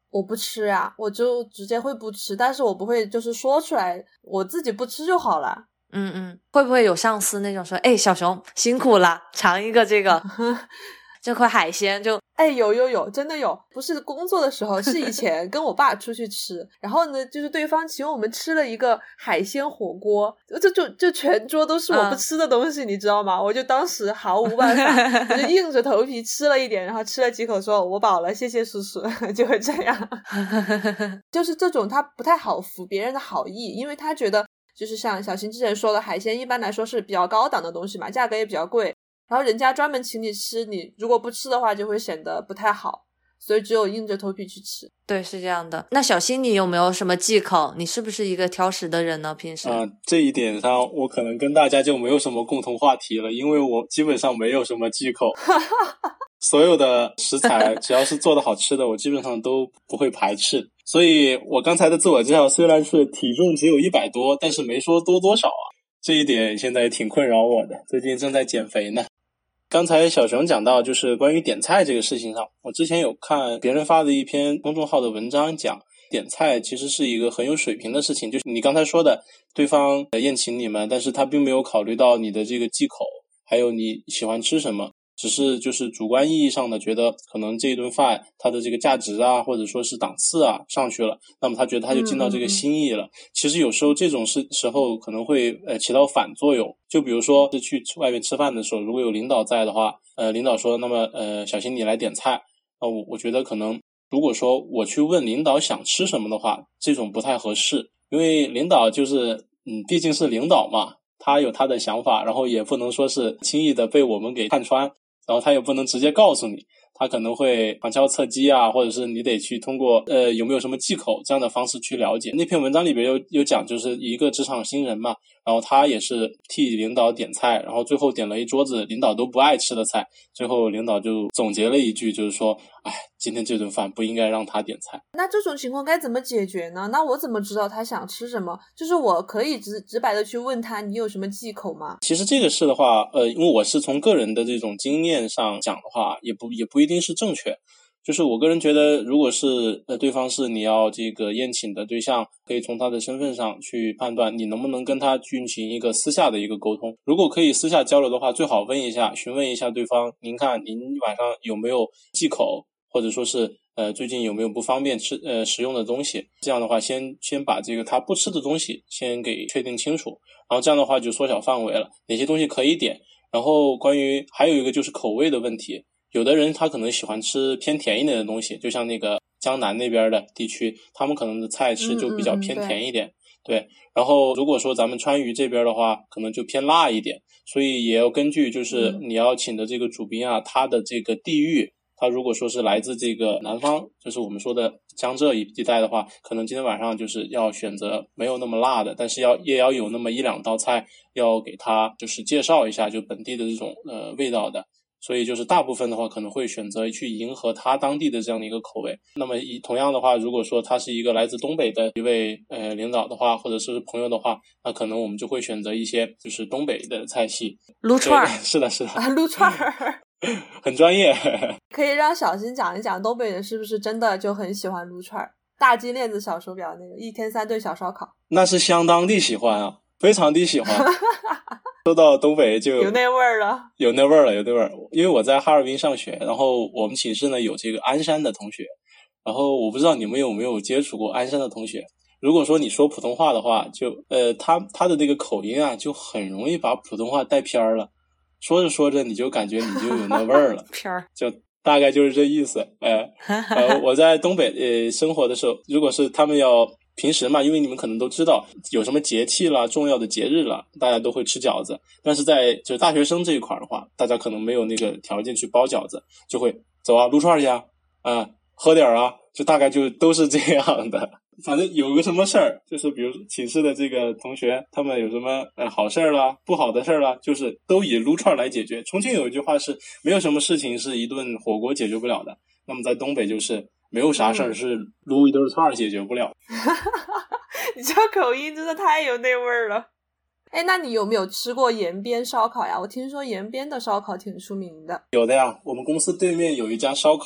我不吃啊，我就直接会不吃，但是我不会就是说出来我自己不吃就好了。 会不会有上司那种说，哎，小熊辛苦了，尝一个这个这块海鲜就。 有，真的有，不是工作的时候，是以前跟我爸出去吃，然后呢，就是对方请我们吃了一个海鲜火锅，就全桌都是我不吃的东西，你知道吗？我就当时毫无办法，我就硬着头皮吃了一点，然后吃了几口说我饱了，谢谢叔叔，就会这样。就是这种他不太好服别人的好意，因为他觉得就是像小新之前说的，海鲜一般来说是比较高档的东西嘛，价格也比较贵，然后人家专门请你吃，你如果不吃的话就会显得不太好，所以只有硬着头皮去吃。 对，是这样的。那小新你有没有什么忌口？你是不是一个挑食的人呢？平时这一点上我可能跟大家就没有什么共同话题了，因为我基本上没有什么忌口。所有的食材只要是做的好吃的我基本上都不会排斥，所以我刚才的自我介绍虽然是体重只有100多，但是没说多多少啊，这一点现在也挺困扰我的，最近正在减肥呢。刚才小熊讲到就是关于点菜这个事情上，我之前有看别人发的一篇公众号的文章，讲点菜其实是一个很有水平的事情，就是你刚才说的对方宴请你们，但是他并没有考虑到你的这个忌口还有你喜欢吃什么，只是就是主观意义上的觉得可能这一顿饭它的这个价值啊或者说是档次啊上去了，那么他觉得他就尽到这个心意了。其实有时候这种时候可能会起到反作用，就比如说是去外面吃饭的时候，如果有领导在的话，领导说那么小新你来点菜，那我觉得可能如果说我去问领导想吃什么的话，这种不太合适，因为领导就是毕竟是领导嘛，他有他的想法，然后也不能说是轻易的被我们给看穿，然后他也不能直接告诉你，他可能会旁敲侧击啊，或者是你得去通过有没有什么忌口这样的方式去了解。那篇文章里边有讲就是一个职场新人嘛，然后他也是替领导点菜，然后最后点了一桌子领导都不爱吃的菜，最后领导就总结了一句，就是说今天这顿饭不应该让他点菜。 那这种情况该怎么解决呢？那我怎么知道他想吃什么？就是我可以直白的去问他你有什么忌口吗？ 其实这个事的话因为我是从个人的这种经验上讲的话，也不一定是正确。就是我个人觉得，如果是对方是你要这个宴请的对象，可以从他的身份上去判断你能不能跟他进行一个私下的一个沟通。如果可以私下交流的话，最好询问一下对方，您看您晚上有没有忌口，或者说是最近有没有不方便食用的东西，这样的话先把这个他不吃的东西先给确定清楚，然后这样的话就缩小范围了，哪些东西可以点。然后还有一个就是口味的问题，有的人他可能喜欢吃偏甜一点的东西，就像那个江南那边的地区，他们可能的菜式就比较偏甜一点，对。然后如果说咱们川渝这边的话，可能就偏辣一点，所以也要根据就是你要请的这个主宾啊，他的这个地域，他如果说是来自这个南方，就是我们说的江浙一带的话，可能今天晚上就是要选择没有那么辣的，但是也要有那么1-2道菜要给他就是介绍一下就本地的这种味道的。所以就是大部分的话可能会选择去迎合他当地的这样的一个口味。那么同样的话，如果说他是一个来自东北的一位领导的话，或者是朋友的话，那可能我们就会选择一些就是东北的菜系。 撸串儿。 是的撸串儿很专业。 可以让小新讲一讲东北人是不是真的就很喜欢撸串儿，大金链子小手表那个1天3顿小烧烤。 那是相当地喜欢啊，非常地喜欢。说到东北就有那味儿了。 因为我在哈尔滨上学，然后我们寝室呢有这个鞍山的同学，然后我不知道你们有没有接触过鞍山的同学。如果说你说普通话的话，就他的这个口音啊，就很容易把普通话带偏了，说着说着你就感觉你就有那味儿了， 偏儿， 就大概就是这意思。我在东北生活的时候，如果是他们要平时嘛，因为你们可能都知道有什么节气啦，重要的节日啦，大家都会吃饺子，但是在就是大学生这一块的话，大家可能没有那个条件去包饺子，就会走啊撸串去啊，喝点啊，就大概就都是这样的。反正有个什么事儿，就是比如寝室的这个同学，他们有什么好事儿啦，不好的事儿啦，就是都以撸串来解决。重庆有一句话是没有什么事情是一顿火锅解决不了的，那么在东北就是没有啥事儿是撸一顿串解决不了。 你这口音真的太有那味儿了。那你有没有吃过延边烧烤呀？我听说延边的烧烤挺出名的。 有的呀，我们公司对面有一家烧烤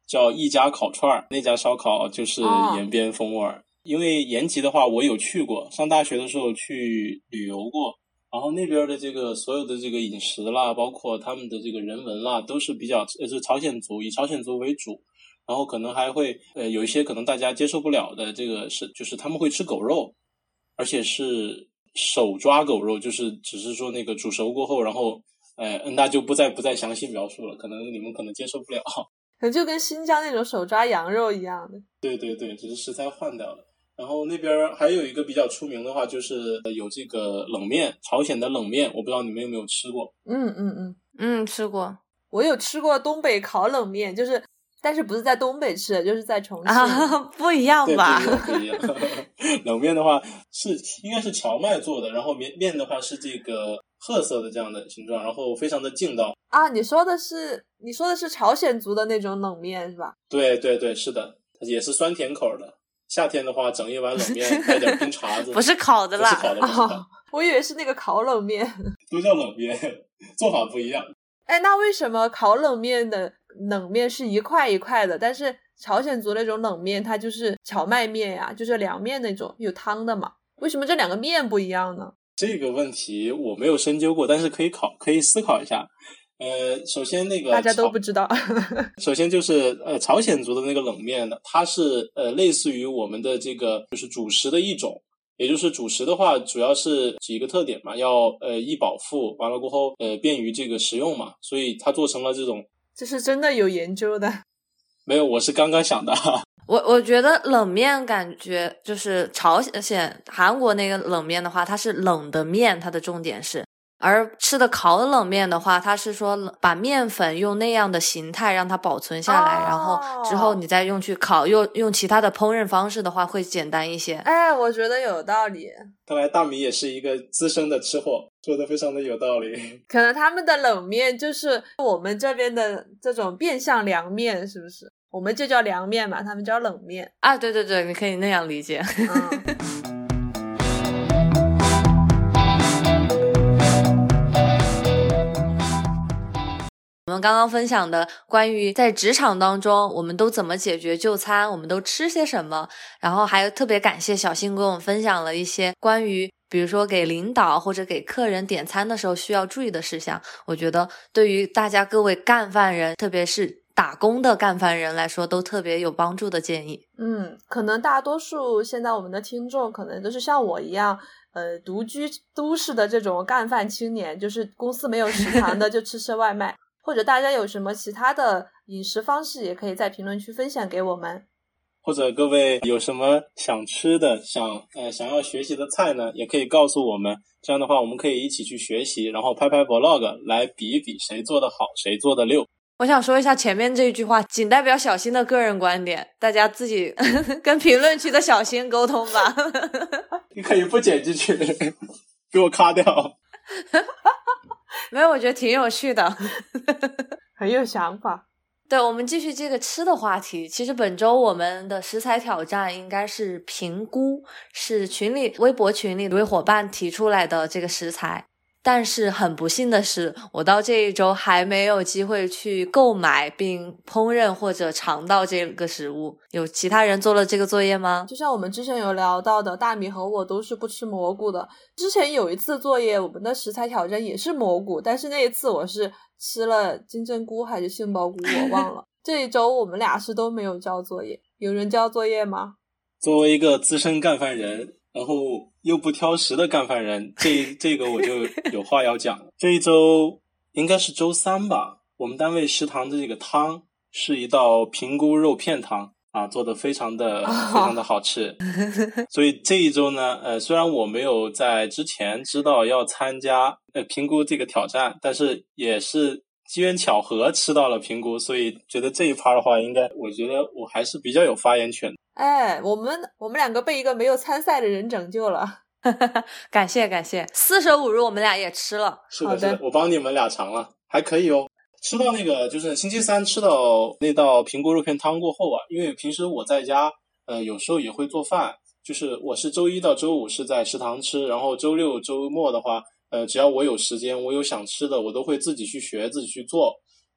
叫一家烤串，那家烧烤就是延边风味。因为延吉的话我有去过，上大学的时候去旅游过，然后那边的这个所有的这个饮食啦，包括他们的这个人文啦，都是比较是朝鲜族，以朝鲜族为主，然后可能还会有一些可能大家接受不了的，这个是就是他们会吃狗肉，而且是手抓狗肉，就是只是说那个煮熟过后，然后那就不再详细描述了，可能你们可能接受不了， 可能就跟新疆那种手抓羊肉一样的。对对对，只是食材换掉了。然后那边还有一个比较出名的话，就是有这个冷面，朝鲜的冷面，我不知道你们有没有吃过。 吃过。 我有吃过东北烤冷面，就是但是不是在东北吃的，就是在重庆。 不一样吧？ 对，不一样。冷面的话应该是荞麦做的，然后面的话是这个褐色的这样的形状，然后非常的劲道。 你说的是朝鲜族的那种冷面是吧？ 对，是的，也是酸甜口的。夏天的话，整一碗冷面带点冰碴子。 不是烤的啦， 不是烤的。 我以为是那个烤冷面。 都叫冷面，做法不一样。 那为什么烤冷面的冷面是一块一块的，但是朝鲜族那种冷面它就是荞麦面呀，就是凉面那种有汤的嘛？为什么这两个面不一样呢？ 这个问题我没有深究过，但是可以思考一下。首先那个大家都不知道。 首先就是朝鲜族的那个冷面呢，它是类似于我们的这个就是主食的一种，也就是主食的话主要是几个特点嘛，要易饱腹，完了过后便于这个食用嘛，所以它做成了这种。 这是真的有研究的？ 没有，我是刚刚想的。 我觉得冷面感觉就是朝鲜韩国那个冷面的话，它是冷的面，它的重点是。而吃的烤的冷面的话，它是说把面粉用那样的形态让它保存下来，然后之后你再用去烤，用其他的烹饪方式的话会简单一些。 我觉得有道理。 看来大米也是一个资深的吃货，说的非常的有道理。 可能他们的冷面就是我们这边的这种变相凉面，是不是？我们就叫凉面嘛，他们叫冷面啊。对，你可以那样理解。我们刚刚分享的关于在职场当中我们都怎么解决就餐，我们都吃些什么，然后还有特别感谢小新跟我们分享了一些关于比如说给领导或者给客人点餐的时候需要注意的事项。我觉得对于大家各位干饭人，特别是打工的干饭人来说都特别有帮助的建议。 可能大多数现在我们的听众可能都是像我一样独居都市的这种干饭青年，就是公司没有食堂的就吃外卖。或者大家有什么其他的饮食方式，也可以在评论区分享给我们。 或者各位有什么想吃的想要学习的菜呢，也可以告诉我们，这样的话我们可以一起去学习，然后拍 vlog 来比一比谁做的好谁做的溜。 我想说一下前面这一句话仅代表小新的个人观点，大家自己跟评论区的小新沟通吧。 你可以不剪进去，给我卡掉。 没有，我觉得挺有趣的。 很有想法。 对，我们继续这个吃的话题。其实本周我们的食材挑战应该是评估，是微博群里的一位伙伴提出来的这个食材。但是很不幸的是，我到这一周还没有机会去购买并烹饪或者尝到这个食物。有其他人做了这个作业吗？ 就像我们之前有聊到的，大米和我都是不吃蘑菇的。之前有一次作业，我们的食材挑战也是蘑菇，但是那一次我是吃了金针菇还是杏鲍菇我忘了。这一周我们俩是都没有交作业。有人交作业吗？ 作为一个资深干饭人，然后又不挑食的干饭人，这个我就有话要讲。这一周应该是周3吧，我们单位食堂的这个汤是一道平菇肉片汤啊，做的非常的好吃。所以这一周呢虽然我没有在之前知道要参加评估这个挑战，但是也是机缘巧合吃到了评估，所以觉得这一趴的话我觉得我还是比较有发言权。 我们两个被一个没有参赛的人拯救了。 感谢，四舍五入我们俩也吃了。 是的，我帮你们俩尝了，还可以哦。吃到那个就是星期3吃到那道平菇肉片汤过后啊，因为平时我在家有时候也会做饭，就是我是周1到周5是在食堂吃，然后周6周末的话只要我有时间我有想吃的，我都会自己去学自己去做。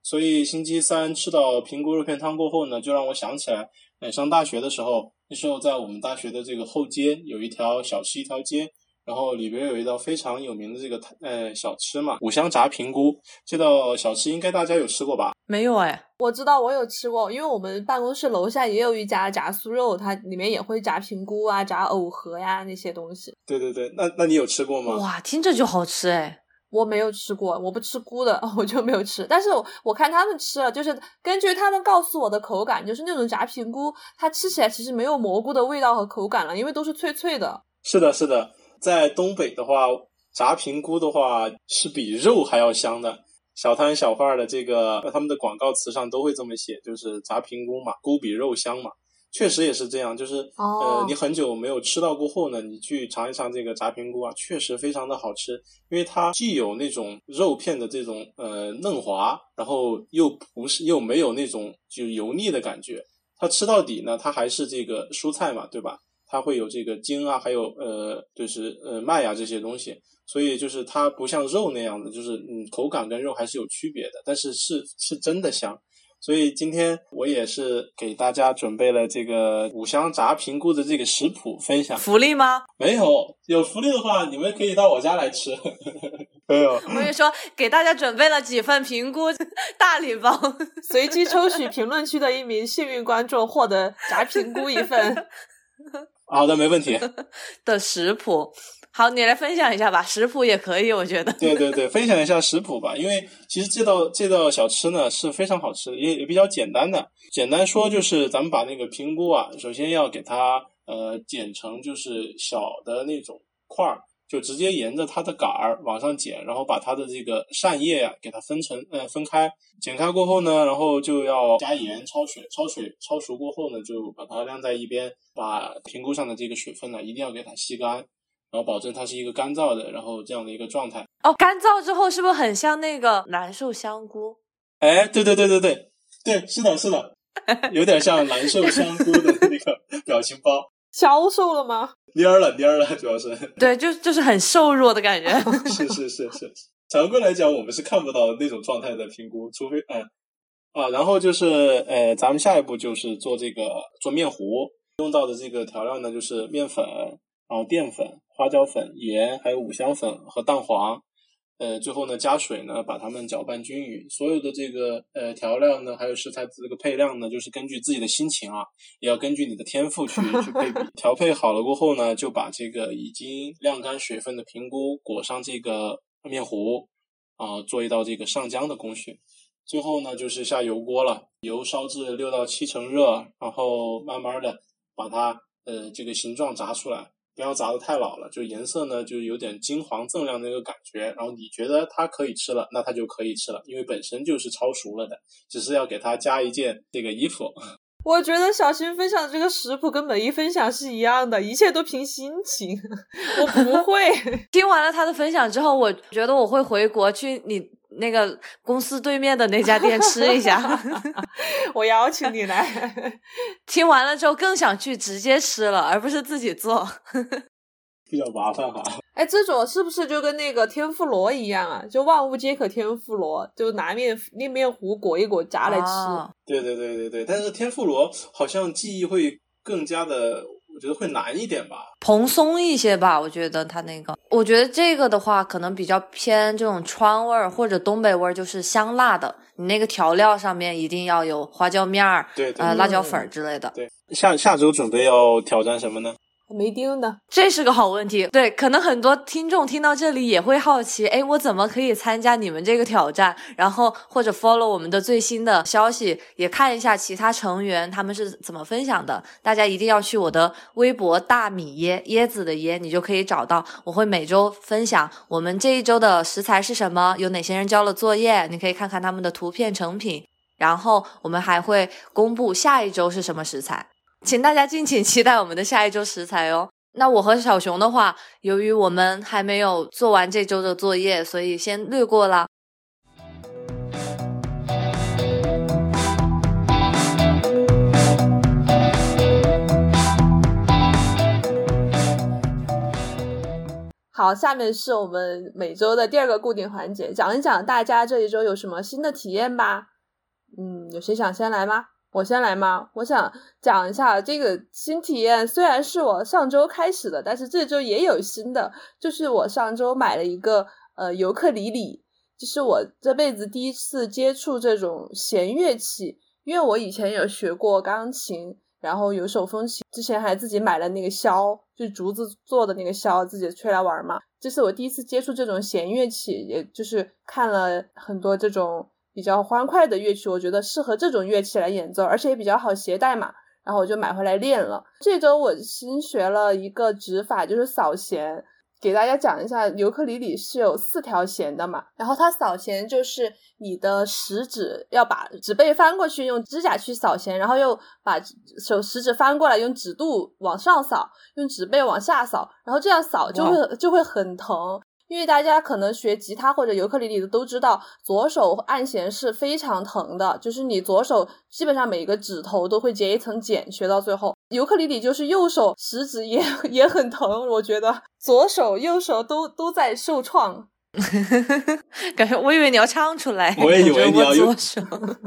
所以星期三吃到平菇肉片汤过后呢，就让我想起来上大学的时候，那时候在我们大学的这个后街有一条小吃一条街，然后里边有一道非常有名的这个小吃嘛，五香炸平菇。这道小吃应该大家有吃过吧？ 没有哎。 我知道我有吃过，因为我们办公室楼下也有一家炸酥肉，它里面也会炸平菇啊，炸藕盒呀那些东西。 对对对，那你有吃过吗？ 哇，听着就好吃哎。 我没有吃过，我不吃菇的，我就没有吃。但是我看他们吃了，就是根据他们告诉我的口感，就是那种炸平菇，它吃起来其实没有蘑菇的味道和口感了，因为都是脆脆的。 是的，是的，在东北的话，炸平菇的话是比肉还要香的。小摊小贩的这个他们的广告词上都会这么写，就是炸平菇嘛，菇比肉香嘛。确实也是这样，就是你很久没有吃到过后呢，你去尝一尝这个炸平菇啊，确实非常的好吃，因为它既有那种肉片的这种嫩滑，然后又没有那种就油腻的感觉，它吃到底呢，它还是这个蔬菜嘛，对吧？它会有这个筋啊，还有就是麦啊这些东西，所以就是它不像肉那样的，就是口感跟肉还是有区别的，但是是真的香。所以今天我也是给大家准备了这个五香炸平菇的这个食谱分享。 福利吗？ 没有福利的话，你们可以到我家来吃。没有， 我跟你说，给大家准备了几份平菇大礼包， 随机抽取评论区的一名幸运观众获得炸平菇一份。 好的，没问题。 的食谱。好，你来分享一下吧，食谱也可以，我觉得。 对对对，分享一下食谱吧，因为其实这道小吃呢是非常好吃的，也比较简单的。简单说就是咱们把那个平菇啊，首先要给它剪成就是小的那种块儿，就直接沿着它的杆儿往上剪，然后把它的这个扇叶啊给它分开。剪开过后呢，然后就要加盐焯水，焯熟过后呢，就把它晾在一边，把平菇上的这个水分呢一定要给它吸干。然后保证它是一个干燥的，然后这样的一个状态。 哦，干燥之后是不是很像那个蓝瘦香菇？ 哎，对，是的，有点像蓝瘦香菇的那个表情包。 消瘦了吗？ 蔫了，主要是。对， 就是很瘦弱的感觉。 是。常规来讲，我们是看不到那种状态的平菇，除非然后就是咱们下一步就是做面糊，用到的这个调料呢就是面粉。然后淀粉、花椒粉、盐，还有五香粉和蛋黄，最后呢加水呢把它们搅拌均匀。所有的这个调料呢，还有食材这个配料呢，就是根据自己的心情啊，也要根据你的天赋去配比。调配好了过后呢，就把这个已经晾干水分的平菇裹上这个面糊做一道这个上浆的工序。最后呢就是下油锅了，油烧至6到7成热，然后慢慢的把它这个形状炸出来。不要炸得太老了，就颜色呢就有点金黄锃亮的一个感觉，然后你觉得它可以吃了，那它就可以吃了，因为本身就是焯熟了的，只是要给它加一件这个衣服。 我觉得小新分享的这个食谱跟每一分享是一样的，一切都凭心情。我不会。 听完了他的分享之后，我觉得我会回国去你那个公司对面的那家店吃一下。 我邀请你来。 听完了之后更想去直接吃了，而不是自己做。 比较麻烦哈。 哎，这种是不是就跟那个天妇罗一样啊？就万物皆可天妇罗，就拿面糊裹一裹炸来吃。 对，但是天妇罗好像技艺会更加的，我觉得会难一点吧， 蓬松一些吧。我觉得它那个，我觉得这个的话可能比较偏这种川味儿或者东北味儿，就是香辣的。你那个调料上面一定要有花椒面儿， 对辣椒粉之类的。 对，下周准备要挑战什么呢？ 没定的， 这是个好问题。对，可能很多听众听到这里也会好奇，哎，我怎么可以参加你们这个挑战？然后或者 follow 我们的最新的消息，也看一下其他成员他们是怎么分享的。大家一定要去我的微博大米椰子的椰，你就可以找到。我会每周分享我们这一周的食材是什么，有哪些人交了作业，你可以看看他们的图片成品。然后我们还会公布下一周是什么食材。请大家敬请期待我们的下一周食材哦。那我和小熊的话，由于我们还没有做完这周的作业，所以先略过啦。 好，下面是我们每周的第二个固定环节，讲一讲大家这一周有什么新的体验吧。 有谁想先来吗？我先来吗？我想讲一下这个新体验，虽然是我上周开始的，但是这周也有新的，就是我上周买了一个尤克里里，就是我这辈子第一次接触这种弦乐器，因为我以前有学过钢琴，然后有手风琴，之前还自己买了那个箫，就是竹子做的那个箫，自己吹来玩嘛。这是我第一次接触这种弦乐器，也就是看了很多这种比较欢快的乐曲，我觉得适合这种乐器来演奏，而且也比较好携带嘛，然后我就买回来练了。这周我新学了一个指法，就是扫弦。给大家讲一下，尤克里里是有4条弦的嘛，然后它扫弦就是你的食指要把指背翻过去，用指甲去扫弦，然后又把食指翻过来，用指肚往上扫，用指背往下扫，然后这样扫就会很疼。因为大家可能学吉他或者尤克里里的都知道，左手按弦是非常疼的，就是你左手基本上每个指头都会结一层茧，学到最后。尤克里里就是右手食指也很疼，我觉得左手右手都在受创。 感觉我以为你要唱出来， 我也以为你要左手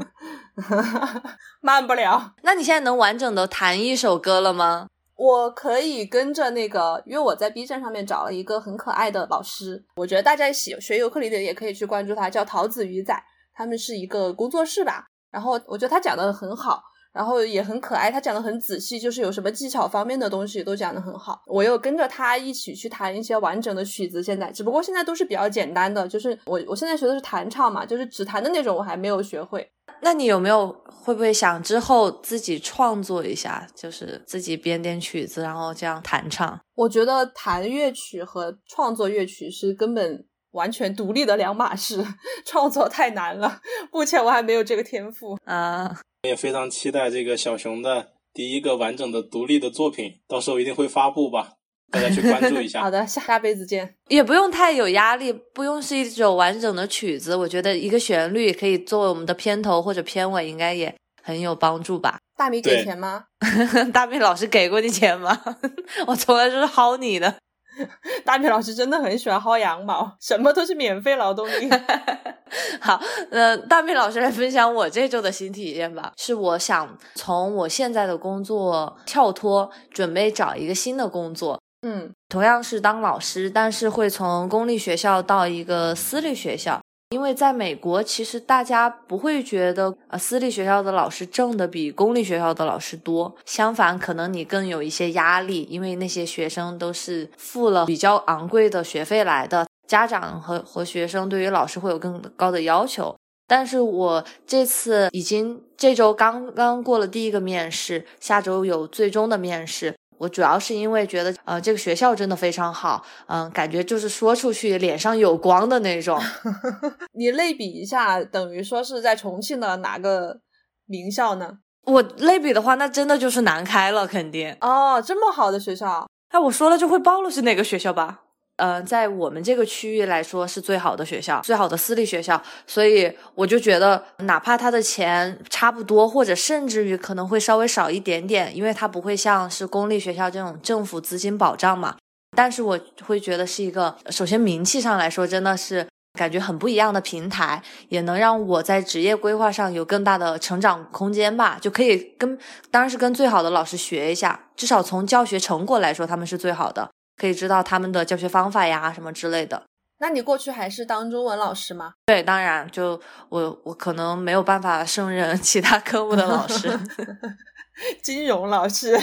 慢不了。 那你现在能完整的弹一首歌了吗？ 我可以跟着那个，因为我在 B 站上面找了一个很可爱的老师，我觉得大家学尤克里里也可以去关注他，叫桃子鱼仔，他们是一个工作室吧。然后我觉得他讲的很好，然后也很可爱，他讲的很仔细，就是有什么技巧方面的东西都讲的很好。我又跟着他一起去弹一些完整的曲子，现在只不过现在都是比较简单的，就是我现在学的是弹唱嘛，就是指弹的那种我还没有学会。 那你会不会想之后自己创作一下，就是自己编点曲子然后这样弹唱？ 我觉得弹乐曲和创作乐曲是根本完全独立的两码事，创作太难了，目前我还没有这个天赋啊。 也非常期待这个小熊的第一个完整的独立的作品，到时候一定会发布吧，大家去关注一下。 好的，下辈子见。 也不用太有压力，不用是一首完整的曲子，我觉得一个旋律可以作为我们的片头或者片尾，应该也很有帮助吧。 大米给钱吗？ 大米老师给过你钱吗？我从来就是薅你的。 大米老师真的很喜欢薅羊毛，什么都是免费劳动力。 好，大米老师来分享我这周的新体验吧。是我想从我现在的工作跳脱，准备找一个新的工作。同样是当老师，但是会从公立学校到一个私立学校。因为在美国其实大家不会觉得私立学校的老师挣的比公立学校的老师多，相反可能你更有一些压力，因为那些学生都是付了比较昂贵的学费来的，家长和学生对于老师会有更高的要求。但是我这周刚刚过了第一个面试，下周有最终的面试。我主要是因为觉得这个学校真的非常好，感觉就是说出去脸上有光的那种。 你类比一下，等于说是在重庆的哪个名校呢？ 我类比的话，那真的就是南开了，肯定。 哦，这么好的学校。 我说了就会暴露是哪个学校吧。在我们这个区域来说是最好的学校，最好的私立学校，所以我就觉得哪怕他的钱差不多，或者甚至于可能会稍微少一点点，因为它不会像是公立学校这种政府资金保障嘛，但是我会觉得是一个首先名气上来说真的是感觉很不一样的平台，也能让我在职业规划上有更大的成长空间吧，就可以当然是跟最好的老师学一下，至少从教学成果来说他们是最好的，可以知道他们的教学方法呀什么之类的。 那你过去还是当中文老师吗？ 对，当然就我可能没有办法胜任其他科目的老师。 金融老师。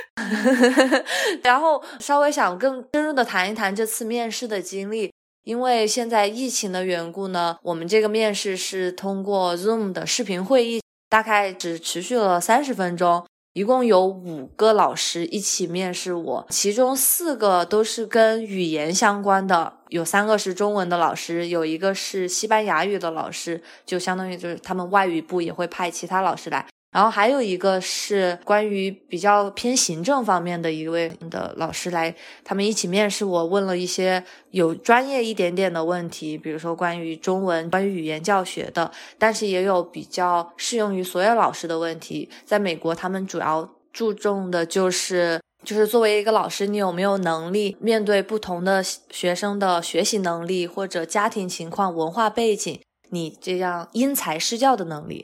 然后稍微想更深入的谈一谈这次面试的经历，因为现在疫情的缘故呢，我们这个面试是通过 Zoom 的视频会议，大概只持续了30分钟，一共有5个老师一起面试我，其中4个都是跟语言相关的，有3个是中文的老师，有一个是西班牙语的老师，就相当于就是他们外语部也会派其他老师来，然后还有一个是关于比较偏行政方面的一位的老师来，他们一起面试我，问了一些有专业一点点的问题，比如说关于中文，关于语言教学的，但是也有比较适用于所有老师的问题。在美国他们主要注重的就是作为一个老师，你有没有能力面对不同的学生的学习能力或者家庭情况、文化背景，你这样因材施教的能力。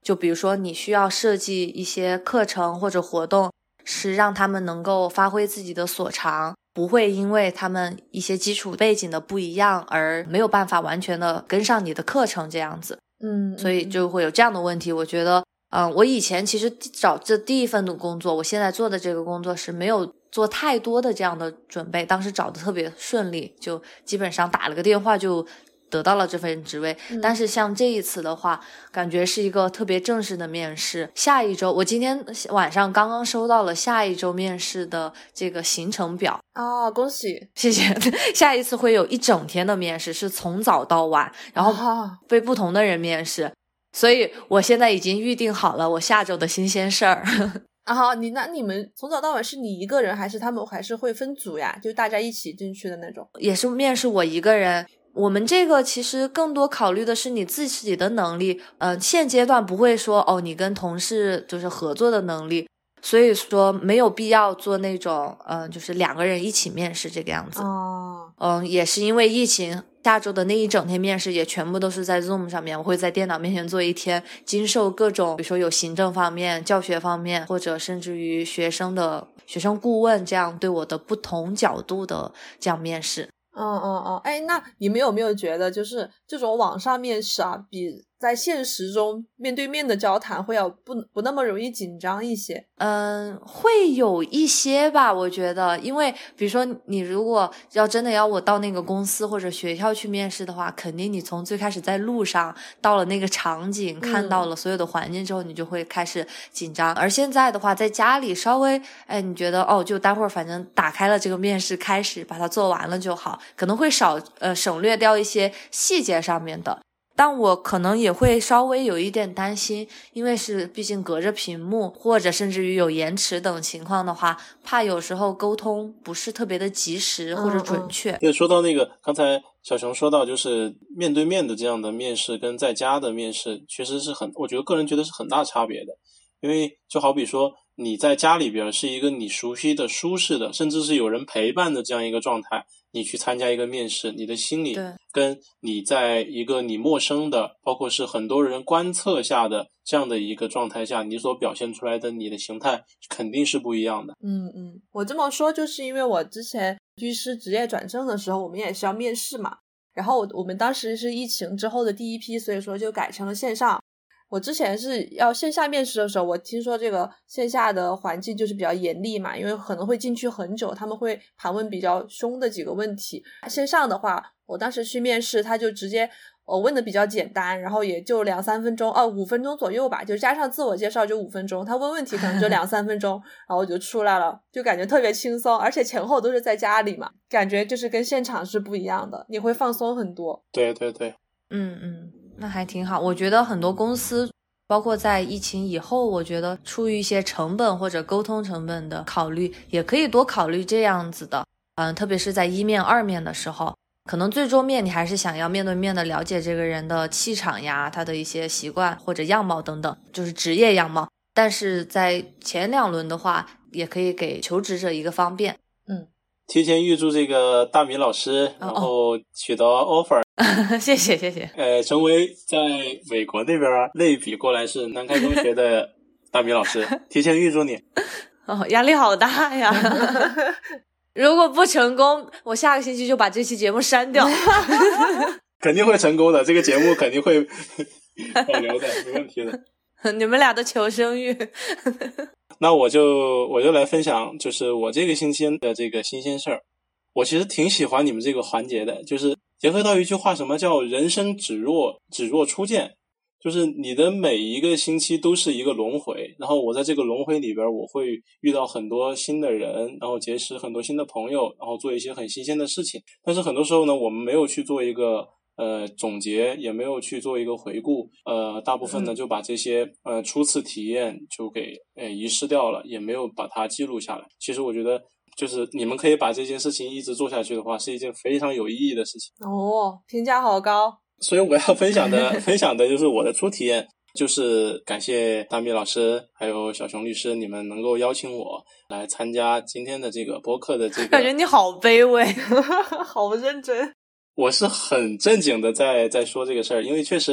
就比如说你需要设计一些课程或者活动，是让他们能够发挥自己的所长，不会因为他们一些基础背景的不一样而没有办法完全的跟上你的课程这样子。所以就会有这样的问题。我觉得我以前其实找这第一份的工作，我现在做的这个工作是没有做太多的这样的准备，当时找的特别顺利，就基本上打了个电话就得到了这份职位。但是像这一次的话，感觉是一个特别正式的面试。下一周，我今天晚上刚刚收到了下一周面试的这个行程表。 恭喜， 谢谢。下一次会有一整天的面试，是从早到晚，然后被不同的人面试。所以我现在已经预定好了我下周的新鲜事儿。 你们从早到晚是你一个人，还是他们还是会分组呀？就大家一起进去的那种？ 也是面试我一个人。我们这个其实更多考虑的是你自己的能力，现阶段不会说你跟同事就是合作的能力，所以说没有必要做那种就是2个人一起面试这个样子。也是因为疫情，下周的那一整天面试也全部都是在 Zoom 上面，我会在电脑面前做一天，经受各种比如说有行政方面、教学方面，或者甚至于学生顾问这样对我的不同角度的这样面试。 那你们有没有觉得就是这种网上面试啊，比在现实中面对面的交谈会要不那么容易紧张一些？ 会有一些吧，我觉得。因为比如说你如果真的要我到那个公司或者学校去面试的话，肯定你从最开始在路上到了那个场景，看到了所有的环境之后，你就会开始紧张。而现在的话在家里稍微你觉得就待会儿反正打开了这个面试开始把它做完了就好，可能会省略掉一些细节上面的。但我可能也会稍微有一点担心，因为是毕竟隔着屏幕，或者甚至于有延迟等情况的话，怕有时候沟通不是特别的及时或者准确。 对，说到那个刚才小熊说到就是面对面的这样的面试跟在家的面试确实是我觉得个人觉得是很大差别的。因为就好比说你在家里边是一个你熟悉的舒适的甚至是有人陪伴的这样一个状态，你去参加一个面试，你的心理跟你在一个你陌生的包括是很多人观测下的这样的一个状态下，你所表现出来的你的形态肯定是不一样的。 我这么说就是因为我之前律师职业转正的时候我们也是要面试嘛，然后我们当时是疫情之后的第一批，所以说就改成了线上。我之前是要线下面试的时候，我听说这个线下的环境就是比较严厉嘛，因为可能会进去很久，他们会盘问比较凶的几个问题。线上的话，我当时去面试，他就直接问的比较简单，然后也就2-3分钟，5分钟左右吧，就加上自我介绍就5分钟，他问问题可能就2-3分钟，然后我就出来了，就感觉特别轻松，而且前后都是在家里嘛，感觉就是跟现场是不一样的，你会放松很多。 对， 那还挺好。我觉得很多公司包括在疫情以后，我觉得出于一些成本或者沟通成本的考虑，也可以多考虑这样子的。特别是在1面2面的时候，可能最终面你还是想要面对面的了解这个人的气场呀，他的一些习惯或者样貌等等，就是职业样貌。但是在前2轮的话，也可以给求职者一个方便。 提前预祝这个大米老师然后取得 offer。 谢谢。 成为在美国那边类比过来是南开中学的大米老师，提前预祝你。 压力好大呀。如果不成功，我下个星期就把这期节目删掉。 肯定会成功的，这个节目肯定会保留的，没问题的。 你们俩的求生欲。 那我就来分享就是我这个星期的这个新鲜事儿。我其实挺喜欢你们这个环节的，就是结合到一句话，什么叫人生只若初见，就是你的每一个星期都是一个轮回，然后我在这个轮回里边我会遇到很多新的人，然后结识很多新的朋友，然后做一些很新鲜的事情。但是很多时候呢，我们没有去做一个总结，也没有去做一个回顾，大部分呢就把这些初次体验就给遗失掉了，也没有把它记录下来。其实我觉得就是你们可以把这件事情一直做下去的话，是一件非常有意义的事情。 评价好高。 所以我要分享的就是我的初体验，就是感谢大米老师还有小熊律师，你们能够邀请我来参加今天的这个播客的这个。 感觉你好卑微。 好认真。 我是很正经的在说这个事儿，因为确实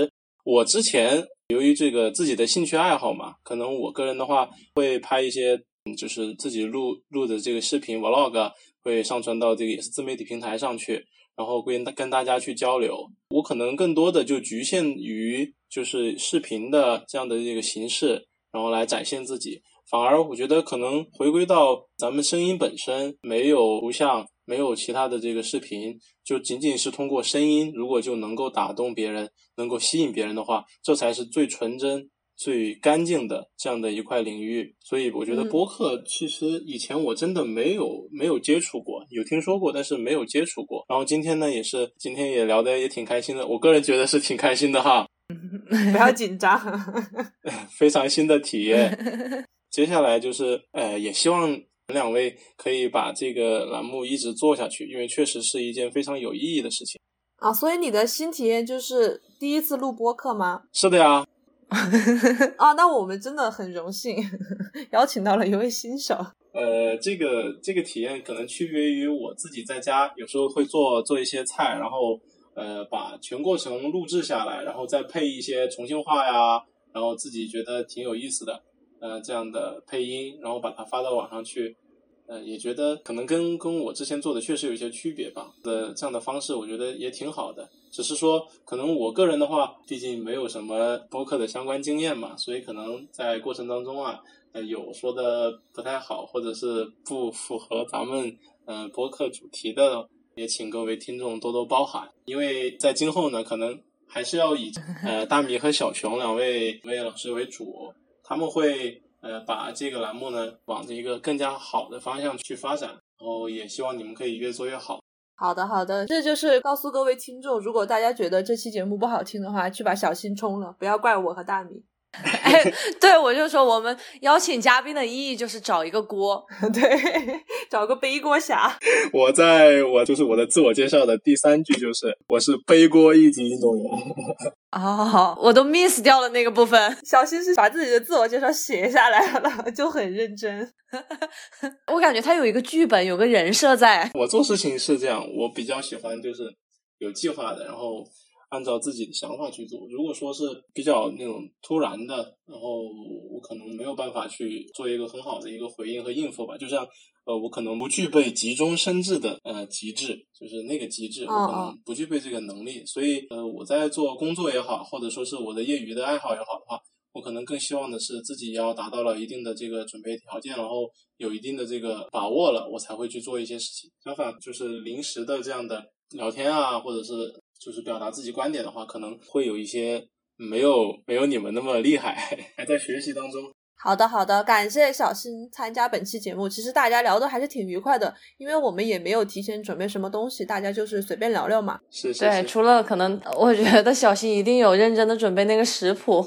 我之前由于这个自己的兴趣爱好嘛，可能我个人的话会拍一些就是自己录的这个视频 vlog 会上传到这个也是自媒体平台上去，然后跟大家去交流。我可能更多的就局限于就是视频的这样的这个形式，然后来展现自己。反而我觉得可能回归到咱们声音本身，没有图像，没有其他的这个视频，就仅仅是通过声音，如果就能够打动别人，能够吸引别人的话，这才是最纯真最干净的这样的一块领域。所以我觉得播客其实以前我真的没有接触过，有听说过但是没有接触过。然后今天也聊得也挺开心的，我个人觉得是挺开心的哈。 不要紧张非常新的体验。接下来就是也希望两位可以把这个栏目一直做下去，因为确实是一件非常有意义的事情啊。所以你的新体验就是第一次录播客吗？ 是的呀。 啊，那我们真的很荣幸邀请到了一位新手。 这个体验可能区别于我自己在家有时候会做一些菜，然后把全过程录制下来，然后再配一些重庆话呀，然后自己觉得挺有意思的这样的配音，然后把它发到网上去，也觉得可能跟我之前做的确实有一些区别吧。这样的方式我觉得也挺好的，只是说可能我个人的话，毕竟没有什么播客的相关经验嘛，所以可能在过程当中啊，有说的不太好，或者是不符合咱们播客主题的，也请各位听众多多包涵。因为在今后呢，可能还是要以大米和小熊两位老师为主，他们会把这个栏目呢往着一个更加好的方向去发展，然后也希望你们可以越做越好。 好的，这就是告诉各位听众，如果大家觉得这期节目不好听的话，去把小新冲了，不要怪我和大米。 对，我就说我们邀请嘉宾的意义就是找一个锅， 对，找个背锅侠。 我就是我的自我介绍的第3句就是我是背锅一级运动员。 哦，我都 miss 掉了那个部分。 小新是把自己的自我介绍写下来了，就很认真。 我感觉他有一个剧本，有个人设在。 我做事情是这样，我比较喜欢就是有计划的，然后按照自己的想法去做。如果说是比较那种突然的，然后我可能没有办法去做一个很好的一个回应和应付吧。就像我可能不具备急中生智的极致，就是那个极致，我可能不具备这个能力。所以我在做工作也好，或者说是我的业余的爱好也好的话，我可能更希望的是自己要达到了一定的这个准备条件，然后有一定的这个把握了，我才会去做一些事情。相反，就是临时的这样的聊天啊，或者是就是表达自己观点的话，可能会有一些没有你们那么厉害，还在学习当中。 好的，感谢小新参加本期节目。其实大家聊得还是挺愉快的，因为我们也没有提前准备什么东西，大家就是随便聊聊嘛。 是。 对，除了可能我觉得小新一定有认真的准备那个食谱。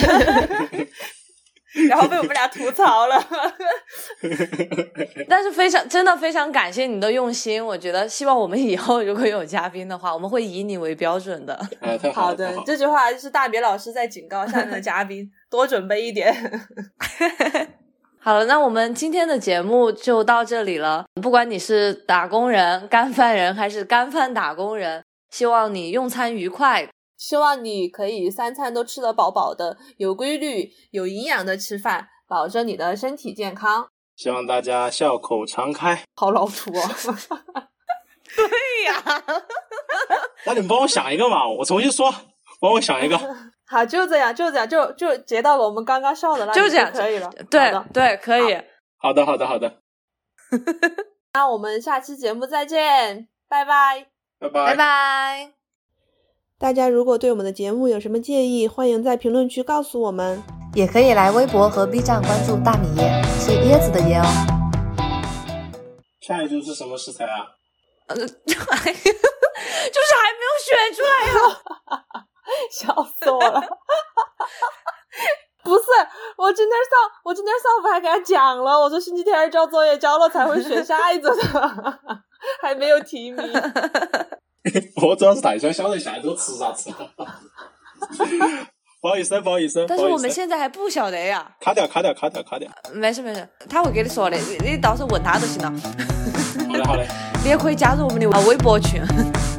然后被我们俩吐槽了。 但是真的非常感谢你的用心，我觉得希望我们以后如果有嘉宾的话，我们会以你为标准的。 好的，这句话就是大别老师在警告下面的嘉宾多准备一点。 好了，那我们今天的节目就到这里了。不管你是打工人、干饭人还是干饭打工人，希望你用餐愉快， 希望你可以3餐都吃得饱饱的，有规律有营养的吃饭，保证你的身体健康。 希望大家笑口常开。 好老土哦。 对呀。 那你们帮我想一个嘛，我重新说，帮我想一个。 好，就这样，就截到了我们刚刚笑的那里， 就这样可以了。 对，可以。 好的。 那我们下期节目再见，拜拜。 拜拜。 大家如果对我们的节目有什么建议，欢迎在评论区告诉我们， 也可以来微博和 B 站关注大米椰，是椰子的椰哦。 下一句是什么食材啊？ 就是还没有选出来呀。 笑死我了。不是，我今天上午还给他讲了，我说星期天交作业交了才会选下一组的。还没有提名。 我主要是太想晓得下一周吃啥吃。不好意思。 但是我们现在还不晓得呀。 卡掉。 没事，他会给你说的，你到时候问他就行了。 好嘞。 你也可以加入我们的微博群。